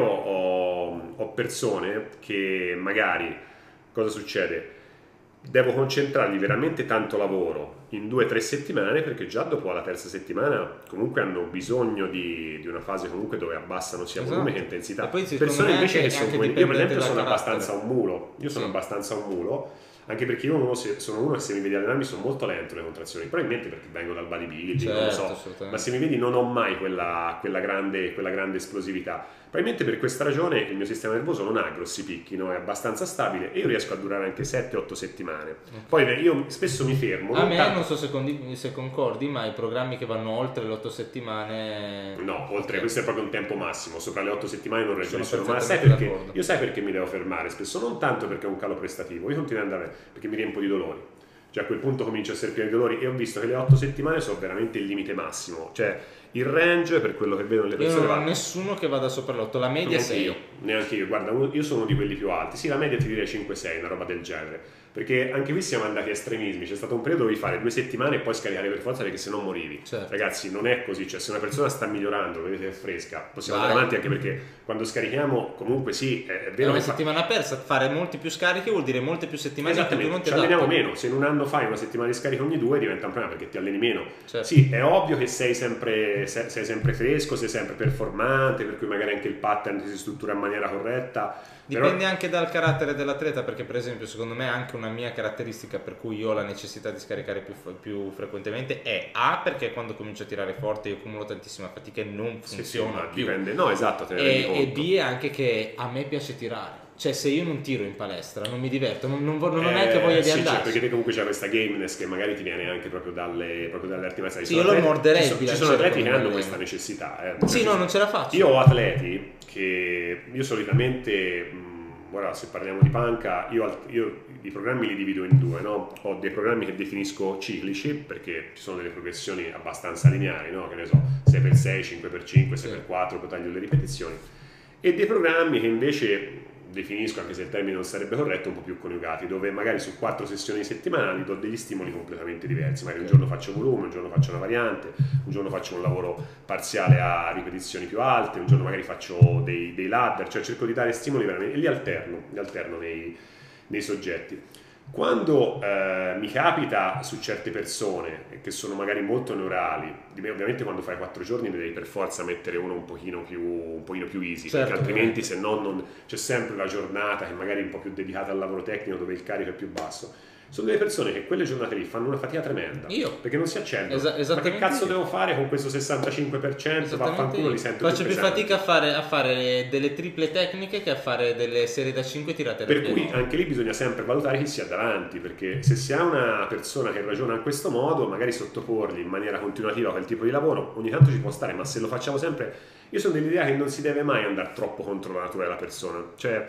ho persone che magari, cosa succede? Devo concentrargli veramente tanto lavoro in 2-3 settimane, perché già dopo la terza settimana comunque hanno bisogno di una fase comunque dove abbassano sia volume che intensità. Persone invece che sono quelle, io per esempio sono abbastanza un mulo, abbastanza un mulo, anche perché io sono uno che se mi vedi allenarmi sono molto lento le contrazioni, probabilmente perché vengo dal bodybuilding, non lo so, ma se mi vedi non ho mai quella grande esplosività. Probabilmente per questa ragione il mio sistema nervoso non ha grossi picchi, no? È abbastanza stabile e io riesco a durare anche 7-8 settimane. Poi io spesso mi fermo. Non so se concordi, ma i programmi che vanno oltre le 8 settimane... No, questo è proprio un tempo massimo, sopra le 8 settimane non reggo nessuno. Ma sai perché? Io sai perché mi devo fermare spesso? Non tanto perché è un calo prestativo, io continuo ad andare perché mi riempo di dolori. Cioè a quel punto comincio a essere pieno di dolori e ho visto che le 8 settimane sono veramente il limite massimo. Cioè il range, per quello che vedono le persone... Io non ho nessuno che vada sopra l'8, la media è 6. Neanche io, guarda, io sono uno di quelli più alti. Sì, la media ti direi 5-6, una roba del genere. Perché anche qui siamo andati a estremismi, c'è stato un periodo dove fare 2 settimane e poi scaricare per forza perché se no morivi. Ragazzi, non è così, cioè se una persona sta migliorando, lo vedete che è fresca, possiamo andare avanti, anche perché quando scarichiamo comunque sì, è vero. Una settimana persa, fare molti più scarichi vuol dire molte più settimane in cui tu non ti ci alleniamo meno, se in un anno fai una settimana di scarico ogni 2 diventa un problema perché ti alleni meno. Sì, è ovvio che sei sempre fresco, sei sempre performante, per cui magari anche il pattern ti si struttura in maniera corretta. Dipende anche dal carattere dell'atleta, perché per esempio secondo me anche una mia caratteristica per cui io ho la necessità di scaricare più frequentemente è perché quando comincio a tirare forte io accumulo tantissima fatica e non funziona più. Dipende, no, esatto, te ne rendi conto. E B è anche che a me piace tirare. Cioè se io non tiro in palestra non mi diverto, non ho neanche voglia di andarci. Perché te comunque c'è questa gameness che magari ti viene anche proprio dalle arti marziali. Sì, io lo morderei. Ci sono atleti che hanno questa necessità. Non ce la faccio. Io ho atleti che io solitamente, ora se parliamo di panca, io i programmi li divido in 2, no? Ho dei programmi che definisco ciclici perché ci sono delle progressioni abbastanza lineari, no? Che ne so, 6x6, 5x5, 6x4, poi taglio le ripetizioni, e dei programmi che invece definisco, anche se il termine non sarebbe corretto, un po' più coniugati, dove magari su 4 sessioni settimanali do degli stimoli completamente diversi. Magari un giorno faccio volume, un giorno faccio una variante, un giorno faccio un lavoro parziale a ripetizioni più alte, un giorno magari faccio dei ladder, cioè cerco di dare stimoli veramente e li alterno nei soggetti. Quando mi capita su certe persone che sono magari molto neurali, ovviamente quando fai 4 giorni ne devi per forza mettere uno un pochino più easy, perché altrimenti se no non c'è sempre la giornata che magari è un po' più dedicata al lavoro tecnico dove il carico è più basso. Sono delle persone che quelle giornate lì fanno una fatica tremenda perché non si accendono. Ma che cazzo devo fare con questo 65%? Vaffanculo, li sento faccio più fatica a fare delle triple tecniche che a fare delle serie da 5 tirate per cui anche lì bisogna sempre valutare chi si ha davanti, perché se si ha una persona che ragiona in questo modo, magari sottoporgli in maniera continuativa quel tipo di lavoro ogni tanto ci può stare, ma se lo facciamo sempre, io sono dell'idea che non si deve mai andare troppo contro la natura della persona. Cioè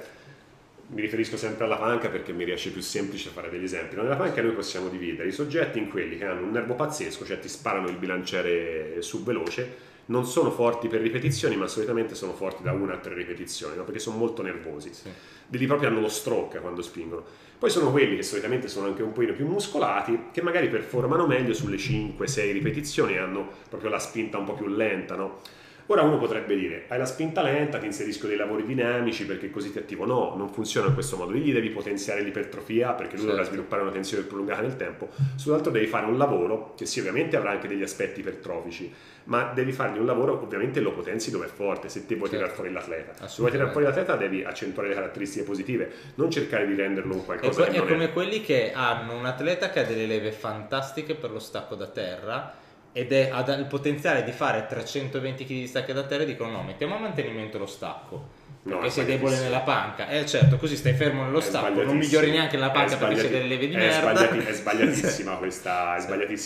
mi riferisco sempre alla panca perché mi riesce più semplice fare degli esempi. Nella panca noi possiamo dividere i soggetti in quelli che hanno un nervo pazzesco, cioè ti sparano il bilanciere su veloce, non sono forti per ripetizioni, ma solitamente sono forti da 1 a 3 ripetizioni, no? Perché sono molto nervosi. Sì. Lì proprio hanno lo stroke quando spingono. Poi sono quelli che solitamente sono anche un pochino più muscolati, che magari performano meglio sulle 5-6 ripetizioni e hanno proprio la spinta un po' più lenta, no? Ora uno potrebbe dire, hai la spinta lenta, ti inserisco dei lavori dinamici perché così ti attivo. No, non funziona in questo modo. Lì gli devi potenziare l'ipertrofia perché lui dovrà sviluppare una tensione prolungata nel tempo. Sull'altro devi fare un lavoro che sì, ovviamente avrà anche degli aspetti ipertrofici, ma devi fargli un lavoro, ovviamente lo potenzi dove è forte, se te vuoi tirare fuori l'atleta. Se vuoi tirare fuori l'atleta devi accentuare le caratteristiche positive, non cercare di renderlo un qualcosa che non è come quelli che hanno un atleta che ha delle leve fantastiche per lo stacco da terra ed ha il potenziale di fare 320 kg di stacco da terra e dicono no, mettiamo a mantenimento lo stacco perché sei debole nella panca, certo, così stai fermo nello stacco, non migliori neanche nella panca perché c'è delle leve di merda. È sbagliatissima questa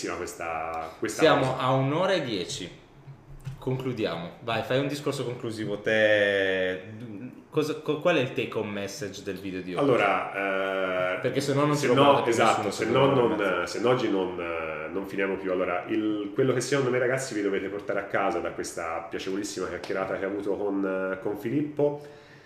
siamo cosa. a 1 ora e 10, concludiamo, vai, fai un discorso conclusivo te. Qual è il take home message del video di oggi? Allora, perché se no non ci lo guarda più esatto, nessuno, se no oggi non finiamo più. Allora, quello che secondo me ragazzi vi dovete portare a casa da questa piacevolissima chiacchierata che ho avuto con Filippo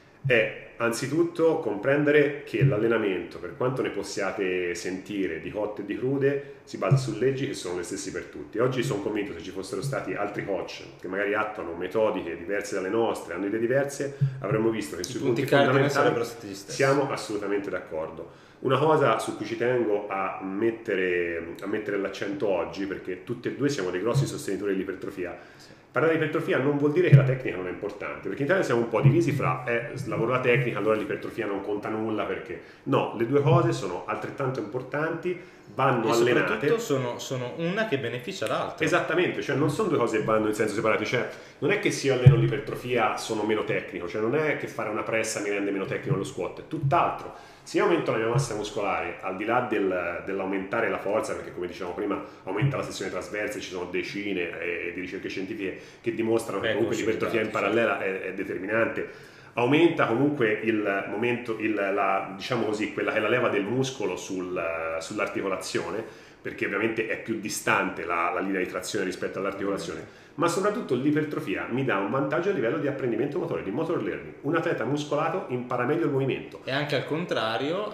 è anzitutto comprendere che l'allenamento, per quanto ne possiate sentire di cotte e di crude, si basa su leggi che sono le stesse per tutti. Oggi sono convinto che se ci fossero stati altri coach che magari attuano metodiche diverse dalle nostre, hanno idee diverse, avremmo visto che sui punti fondamentali siamo assolutamente d'accordo. Una cosa su cui ci tengo a mettere l'accento oggi, perché tutti e due siamo dei grossi sostenitori dell'ipertrofia. Parlare di ipertrofia non vuol dire che la tecnica non è importante, perché in Italia siamo un po' divisi fra lavoro la tecnica, allora l'ipertrofia non conta nulla, perché no, le due cose sono altrettanto importanti, vanno allenate. E soprattutto sono una che beneficia l'altra. Esattamente, cioè non sono due cose che vanno in senso separato, cioè non è che se io alleno l'ipertrofia sono meno tecnico, cioè non è che fare una pressa mi rende meno tecnico lo squat, è tutt'altro. Se io aumento la mia massa muscolare, al di là dell'aumentare la forza, perché come dicevamo prima aumenta la sezione trasversa, ci sono decine di ricerche scientifiche che dimostrano che comunque l'ipertrofia in parallela è determinante, aumenta comunque il momento, diciamo così, quella che è la leva del muscolo sull'articolazione, perché ovviamente è più distante la linea di trazione rispetto all'articolazione. Ma soprattutto l'ipertrofia mi dà un vantaggio a livello di apprendimento motore, di motor learning. Un atleta muscolato impara meglio il movimento. E anche il contrario,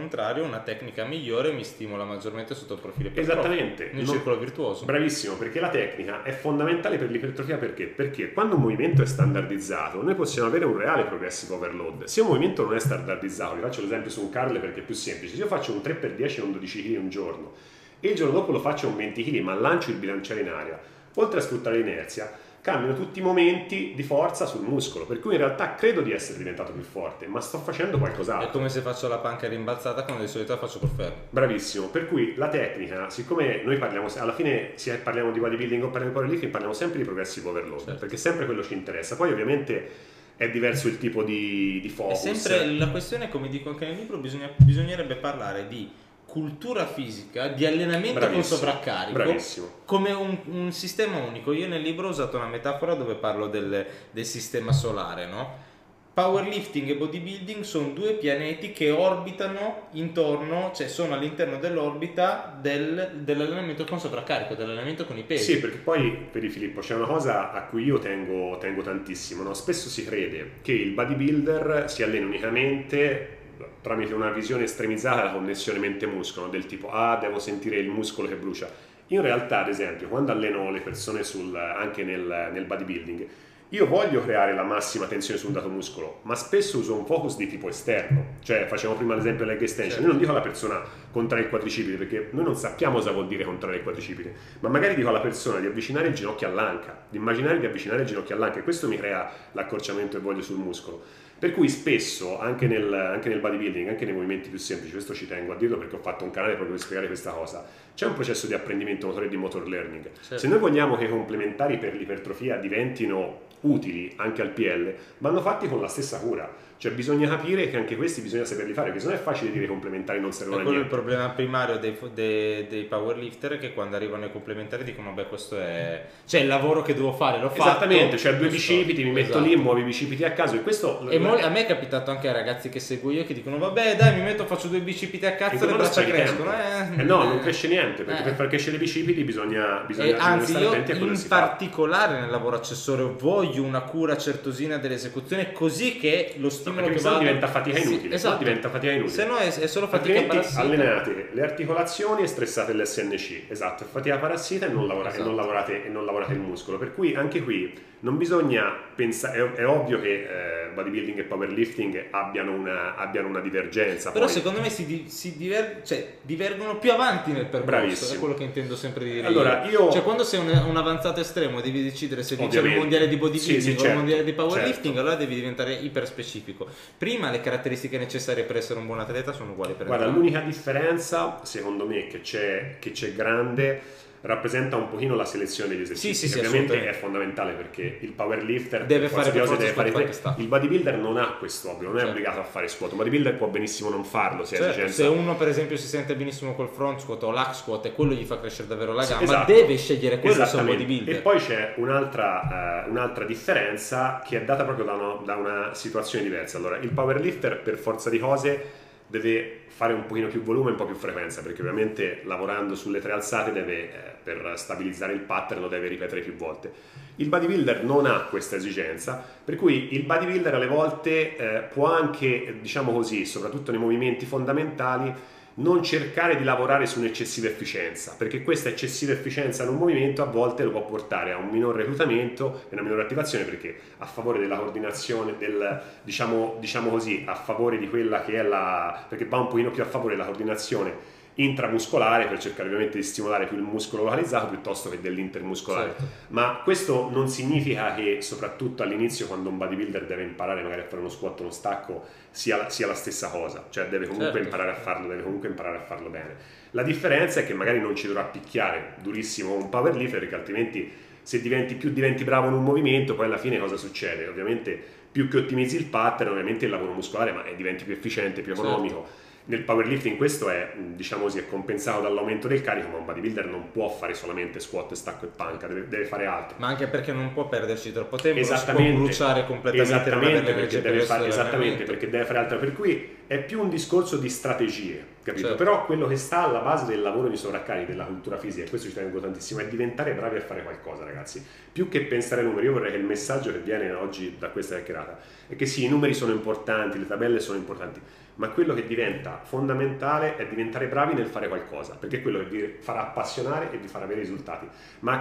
una tecnica migliore mi stimola maggiormente sotto il profilo ipertrofico. Esattamente. Un circolo virtuoso. Bravissimo, perché la tecnica è fondamentale per l'ipertrofia perché? Perché quando un movimento è standardizzato noi possiamo avere un reale progressive overload. Se un movimento non è standardizzato, vi faccio l'esempio su un curl perché è più semplice, se io faccio un 3x10 e un 12 kg un giorno e il giorno dopo lo faccio un 20 kg ma lancio il bilanciere in aria, oltre a sfruttare l'inerzia, cambiano tutti i momenti di forza sul muscolo, per cui in realtà credo di essere diventato più forte, ma sto facendo qualcos'altro. È come se faccio la panca rimbalzata quando di solito la faccio col ferro. Bravissimo, per cui la tecnica, siccome noi parliamo, alla fine se parliamo di bodybuilding o parliamo di powerlifting, parliamo sempre di progressive overload, certo, perché sempre quello ci interessa. Poi ovviamente è diverso il tipo di focus. È sempre la questione, come dico anche nel libro, bisognerebbe parlare di cultura fisica, di allenamento con sovraccarico, come un sistema unico. Io nel libro ho usato una metafora dove parlo del sistema solare, no? Powerlifting e bodybuilding sono due pianeti che orbitano intorno, cioè sono all'interno dell'orbita dell'allenamento con sovraccarico, dell'allenamento con i pesi. Sì, perché poi, vedi Filippo, c'è una cosa a cui io tengo tantissimo, no? Spesso si crede che il bodybuilder si alleni unicamente tramite una visione estremizzata della connessione mente-muscolo, del tipo devo sentire il muscolo che brucia. In realtà, ad esempio, quando alleno le persone anche nel bodybuilding, io voglio creare la massima tensione su un dato muscolo, ma spesso uso un focus di tipo esterno, cioè facciamo prima l'esempio leg extension, certo. Io non dico alla persona contrarre il quadricipite perché noi non sappiamo cosa vuol dire contrarre il quadricipite, ma magari dico alla persona di avvicinare il ginocchio all'anca, di immaginare di avvicinare il ginocchio all'anca e questo mi crea l'accorciamento che voglio sul muscolo. Per cui spesso, anche nel bodybuilding, anche nei movimenti più semplici, questo ci tengo a dirlo perché ho fatto un canale proprio per spiegare questa cosa, c'è un processo di apprendimento motore e di motor learning. Certo. Se noi vogliamo che i complementari per l'ipertrofia diventino utili anche al PL, vanno fatti con la stessa cura. Cioè bisogna capire che anche questi bisogna saperli fare, perché se no è facile dire che i complementari non servono a niente. Il problema primario dei powerlifter è che quando arrivano ai complementari dicono vabbè questo è il lavoro che devo fare, l'ho fatto. Esattamente, cioè due bicipiti, mi metto lì, muovo i bicipiti a caso e questo... E a me è capitato anche a ragazzi che seguo io che dicono vabbè dai mi metto, faccio 2 bicipiti a cazzo e le braccia crescono. No, non cresce niente, perché per far crescere i bicipiti bisogna anzi stare io attenti a cosa in si fa. particolare nel lavoro accessorio voglio una cura certosina dell'esecuzione, così che lo stimolo che vado diventa fatica inutile. Esatto. Diventa fatica inutile. Se no è solo fatica parassita. Allenate le articolazioni e stressate l'SNC, esatto, è fatica parassita e non lavorate il muscolo. Per cui anche qui non bisogna pensare, è ovvio che bodybuilding e powerlifting abbiano una divergenza. Però poi. secondo me divergono più avanti nel percorso. Bravissimo. È quello che intendo sempre dire. Allora, cioè quando sei un avanzato estremo devi decidere se vincere il Ovviamente. mondiale di bodybuilding Sì, o il certo, mondiale di powerlifting, certo. allora devi diventare iper specifico. Prima le caratteristiche necessarie per essere un buon atleta sono uguali per Guarda, entrambi. l'unica differenza secondo me che c'è grande rappresenta un pochino la selezione degli esercizi. Sì, ovviamente è fondamentale, perché il powerlifter deve forza fare di cose per forza deve fare squat. il bodybuilder non ha questo obbligo, non è Certo. obbligato a fare squat. Un bodybuilder può benissimo non farlo se ha Certo, esigenza. se uno per esempio si sente benissimo col front squat o l'hack squat e quello gli fa crescere davvero la gamba, Esatto. deve scegliere quello se è un Esattamente. bodybuilder. E poi c'è un'altra differenza che è data proprio da una situazione diversa. Allora, il powerlifter per forza di cose deve fare un pochino più volume, un po' più frequenza, perché ovviamente lavorando sulle 3 alzate per stabilizzare il pattern lo deve ripetere più volte. Il bodybuilder non ha questa esigenza, per cui il bodybuilder alle volte può anche, diciamo così, soprattutto nei movimenti fondamentali, non cercare di lavorare su un'eccessiva efficienza, perché questa eccessiva efficienza in un movimento a volte lo può portare a un minor reclutamento e una minore attivazione, perché a favore della coordinazione, diciamo così, a favore di quella che è perché va un pochino più a favore della coordinazione intramuscolare, per cercare ovviamente di stimolare più il muscolo localizzato piuttosto che dell'intermuscolare. Certo. Ma questo non significa che soprattutto all'inizio, quando un bodybuilder deve imparare magari a fare uno squat o uno stacco, sia la stessa cosa, cioè deve comunque imparare a farlo, deve comunque imparare a farlo bene. La differenza è che magari non ci dovrà picchiare durissimo un powerlifter, perché altrimenti se diventi bravo in un movimento, poi alla fine cosa succede? Ovviamente più che ottimizzi il pattern, ovviamente il lavoro muscolare, ma diventi più efficiente, più economico. Certo. Nel powerlifting questo è, diciamo così, è compensato dall'aumento del carico, ma un bodybuilder non può fare solamente squat, stacco e panca, deve fare altro. Ma anche perché non può perderci troppo tempo, Esattamente, non si può bruciare completamente, non avere l'energia per il resto dell'allenamento. perché deve fare altro, per cui è più un discorso di strategie, capito? Certo. Però quello che sta alla base del lavoro di sovraccarico, della cultura fisica, e questo ci tengo tantissimo, è diventare bravi a fare qualcosa, ragazzi. Più che pensare ai numeri, io vorrei che il messaggio che viene oggi da questa chiacchierata è che sì, i numeri sono importanti, le tabelle sono importanti, ma quello che diventa fondamentale è diventare bravi nel fare qualcosa, perché è quello che vi farà appassionare e vi farà avere risultati, ma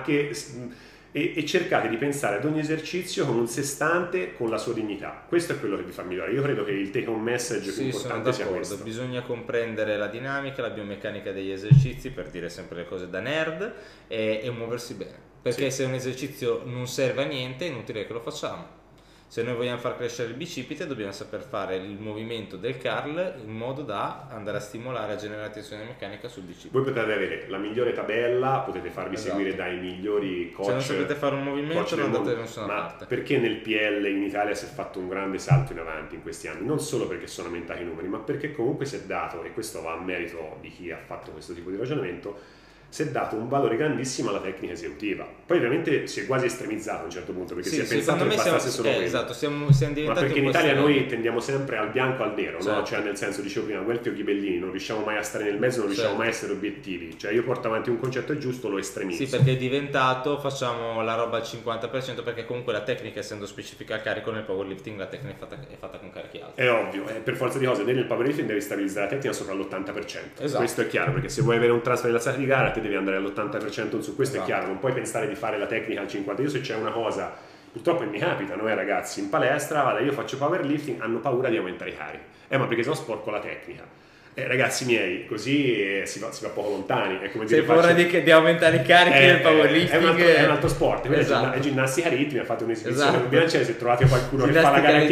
e cercate di pensare ad ogni esercizio con un sé stante, con la sua dignità. Questo è quello che vi fa migliorare. Io credo che il take home message più importante sia questo. Bisogna comprendere la dinamica, la biomeccanica degli esercizi, per dire sempre le cose da nerd, e muoversi bene, perché se un esercizio non serve a niente è inutile che lo facciamo. Se noi vogliamo far crescere il bicipite dobbiamo saper fare il movimento del curl in modo da andare a stimolare, a generare tensione meccanica sul bicipite. Voi potete avere la migliore tabella, potete farvi seguire dai migliori coach. Se non sapete fare un movimento non andate da nessuna parte. Perché nel PL in Italia si è fatto un grande salto in avanti in questi anni? Non solo perché sono aumentati i numeri, ma perché comunque si è dato, e questo va a merito di chi ha fatto questo tipo di ragionamento, si è dato un valore grandissimo alla tecnica esecutiva. Poi ovviamente si è quasi estremizzato a un certo punto, perché si è pensato che bastasse solo quello. Esatto, siamo diventati. Ma perché in Italia noi tendiamo sempre al bianco al nero, certo. no? Cioè nel senso, dicevo prima, Guelfi o Ghibellini, non riusciamo mai a stare nel mezzo, non riusciamo mai a essere obiettivi. Cioè io porto avanti un concetto giusto, lo estremizzo. Sì, perché è diventato, facciamo la roba al 50%, perché comunque la tecnica, essendo specifica al carico, nel powerlifting la tecnica è fatta con carichi alti. È ovvio, per forza di cose, nel powerlifting devi stabilizzare la tecnica sopra l'80%. Esatto. Questo è chiaro, perché se vuoi avere un transfer nell'alzata di gara, te devi andare all'80% su questo, esatto. È chiaro, non puoi pensare di fare la tecnica al 50%. Io se c'è una cosa, purtroppo mi capita, ragazzi, in palestra, vada, io faccio powerlifting, hanno paura di aumentare i carichi. Ma perché sennò sporco la tecnica. Ragazzi miei, così si va poco lontani. È come dire, sei paura di aumentare i carichi nel powerlifting? È un altro sport, esatto. È ginnastica ritmica, fate un'esibizione, esatto. Un bilanciere, se trovate qualcuno che fa la gara,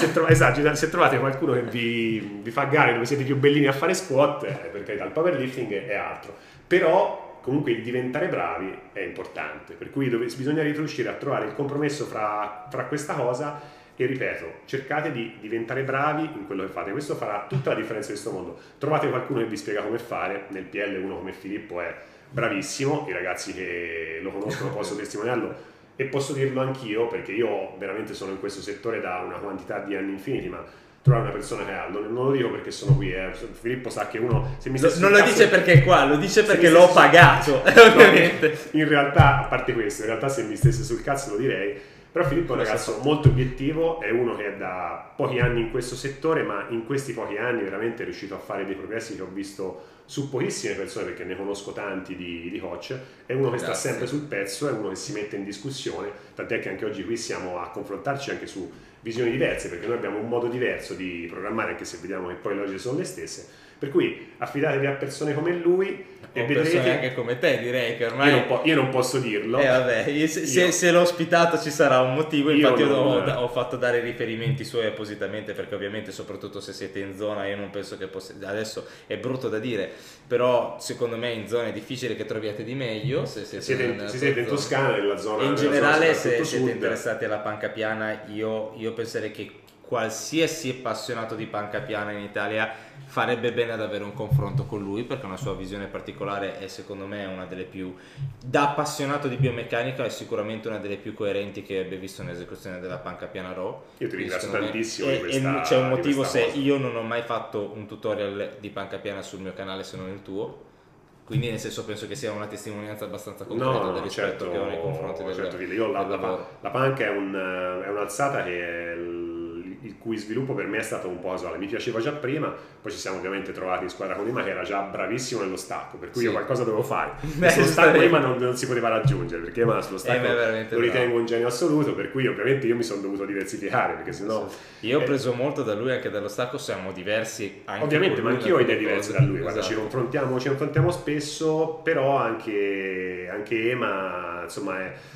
se trovate qualcuno che vi fa gare dove siete più bellini a fare squat, per carità, il powerlifting è altro. Però comunque il diventare bravi è importante, per cui bisogna riuscire a trovare il compromesso fra questa cosa. E ripeto, cercate di diventare bravi in quello che fate, questo farà tutta la differenza di questo mondo. Trovate qualcuno che vi spiega come fare, nel PL uno come Filippo è bravissimo, i ragazzi che lo conoscono posso testimoniarlo, e posso dirlo anch'io, perché io veramente sono in questo settore da una quantità di anni infiniti, ma trovare una persona che ha, non lo dico perché sono qui, Filippo sa che uno, se mi non lo dice perché è qua, lo dice perché l'ho pagato, ovviamente. No, in realtà, a parte questo, in realtà se mi stesse sul cazzo lo direi, però Filippo è un ragazzo molto obiettivo, è uno che è da pochi anni in questo settore, ma in questi pochi anni veramente è riuscito a fare dei progressi che ho visto su pochissime persone, perché ne conosco tanti di coach. È uno che sta sempre sul pezzo, è uno che si mette in discussione, tant'è che anche oggi qui siamo a confrontarci anche su visioni diverse, perché noi abbiamo un modo diverso di programmare, anche se vediamo che poi le logiche sono le stesse. Per cui affidatevi a persone come lui e vedrete, anche come te, direi che ormai io non posso dirlo. Vabbè, se l'ho ospitato ci sarà un motivo, infatti ho fatto dare riferimenti suoi appositamente, perché ovviamente soprattutto se siete in zona io non penso che adesso è brutto da dire, però secondo me in zone è difficile che troviate di meglio se siete in Toscana, nella zona, e in generale se siete interessati alla panca piana, io penserei che qualsiasi appassionato di panca piana in Italia farebbe bene ad avere un confronto con lui, perché una sua visione particolare è secondo me una delle più, da appassionato di biomeccanica, è sicuramente una delle più coerenti che abbia visto nell'esecuzione della panca piana raw. Io ti ringrazio tantissimo di questa, c'è un motivo se io non ho mai fatto un tutorial di panca piana sul mio canale se non il tuo, quindi nel senso penso che sia una testimonianza abbastanza concreta del rispetto che ho nei confronti la panca è un'alzata che è il cui sviluppo per me è stato un po' casuale. Mi piaceva già prima, poi ci siamo ovviamente trovati in squadra con Ima che era già bravissimo nello stacco, per cui io qualcosa dovevo fare. Sullo stacco Ima non si poteva raggiungere, perché Ima sullo stacco lo ritengo un genio assoluto, per cui ovviamente io mi sono dovuto diversificare, perché sennò... Io ho preso molto da lui, anche dallo stacco siamo diversi anche ovviamente, ma anch'io ho idee diverse da lui, guarda, esatto. ci confrontiamo spesso, però anche Ema insomma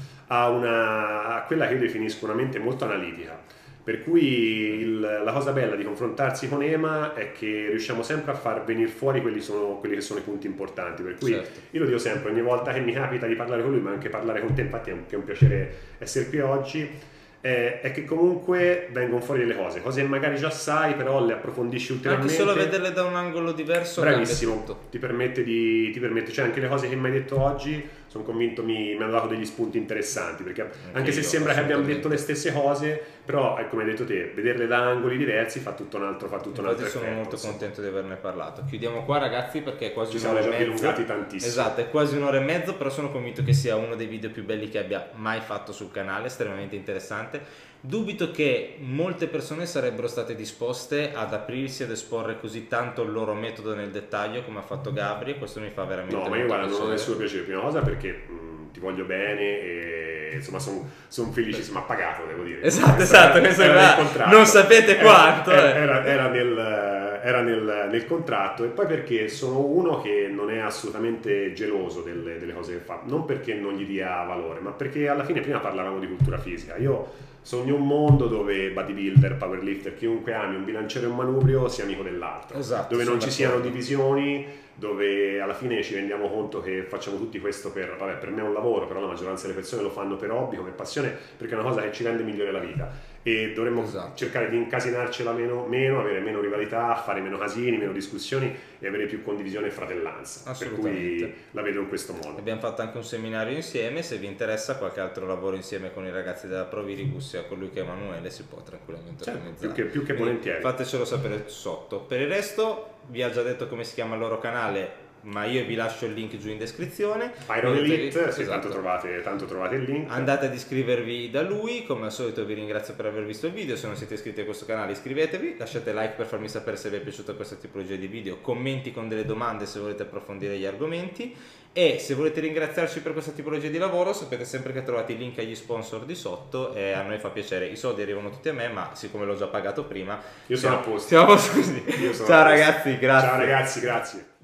ha quella che io definisco una mente molto analitica. Per cui la cosa bella di confrontarsi con Ema è che riusciamo sempre a far venire fuori quelli che sono i punti importanti. Per cui io lo dico sempre, ogni volta che mi capita di parlare con lui, ma anche parlare con te, infatti è un piacere essere qui oggi, è che comunque vengono fuori delle cose che magari già sai, però le approfondisci ulteriormente. Anche solo vederle da un angolo diverso. Bravissimo, ti permette, cioè anche le cose che mi hai detto oggi, sono convinto mi hanno dato degli spunti interessanti, perché anche se sembra che abbiamo detto le stesse cose, però come hai detto te, vederle da angoli diversi fa tutto un altro effetto. Sono molto contento di averne parlato. Chiudiamo qua ragazzi, perché è quasi un'ora e mezza. Ci siamo già dilungati tantissimo. Esatto, è quasi un'ora e mezzo, però sono convinto che sia uno dei video più belli che abbia mai fatto sul canale, estremamente interessante. Dubito che molte persone sarebbero state disposte ad aprirsi ad esporre così tanto il loro metodo nel dettaglio come ha fatto Gabri, e questo mi fa veramente ma io guarda, non ho nessuno piacere. Prima cosa perché ti voglio bene e insomma sono felicissimo, ma pagato devo dire. Esatto, questo era non sapete quanto. Era nel contratto, e poi perché sono uno che non è assolutamente geloso delle cose che fa, non perché non gli dia valore, ma perché alla fine prima parlavamo di cultura fisica. Io sogno un mondo dove bodybuilder, powerlifter, chiunque ami un bilanciere e un manubrio sia amico dell'altro, dove non ci siano divisioni, dove alla fine ci rendiamo conto che facciamo tutti questo per me è un lavoro, però la maggioranza delle persone lo fanno per hobby, come passione, perché è una cosa che ci rende migliore la vita, e dovremmo cercare di incasinarcela meno, avere meno rivalità, fare meno casini, meno discussioni e avere più condivisione e fratellanza. Per cui la vedo in questo modo. Abbiamo fatto anche un seminario insieme, se vi interessa qualche altro lavoro insieme con i ragazzi della Proviribus e con lui che è Emanuele si può tranquillamente organizzare. Più che volentieri. Fatecelo sapere sotto. Per il resto vi ha già detto come si chiama il loro canale, ma io vi lascio il link giù in descrizione. Iron Elite, tanto trovate il link. Andate ad iscrivervi da lui, come al solito vi ringrazio per aver visto il video. Se non siete iscritti a questo canale iscrivetevi, lasciate like per farmi sapere se vi è piaciuta questa tipologia di video, commenti con delle domande se volete approfondire gli argomenti, e se volete ringraziarci per questa tipologia di lavoro sapete sempre che trovate i link agli sponsor di sotto, e a noi fa piacere. I soldi arrivano tutti a me, ma siccome l'ho già pagato prima io sono a posto. Siamo a posto così. Ciao ragazzi, grazie. Ciao ragazzi, grazie.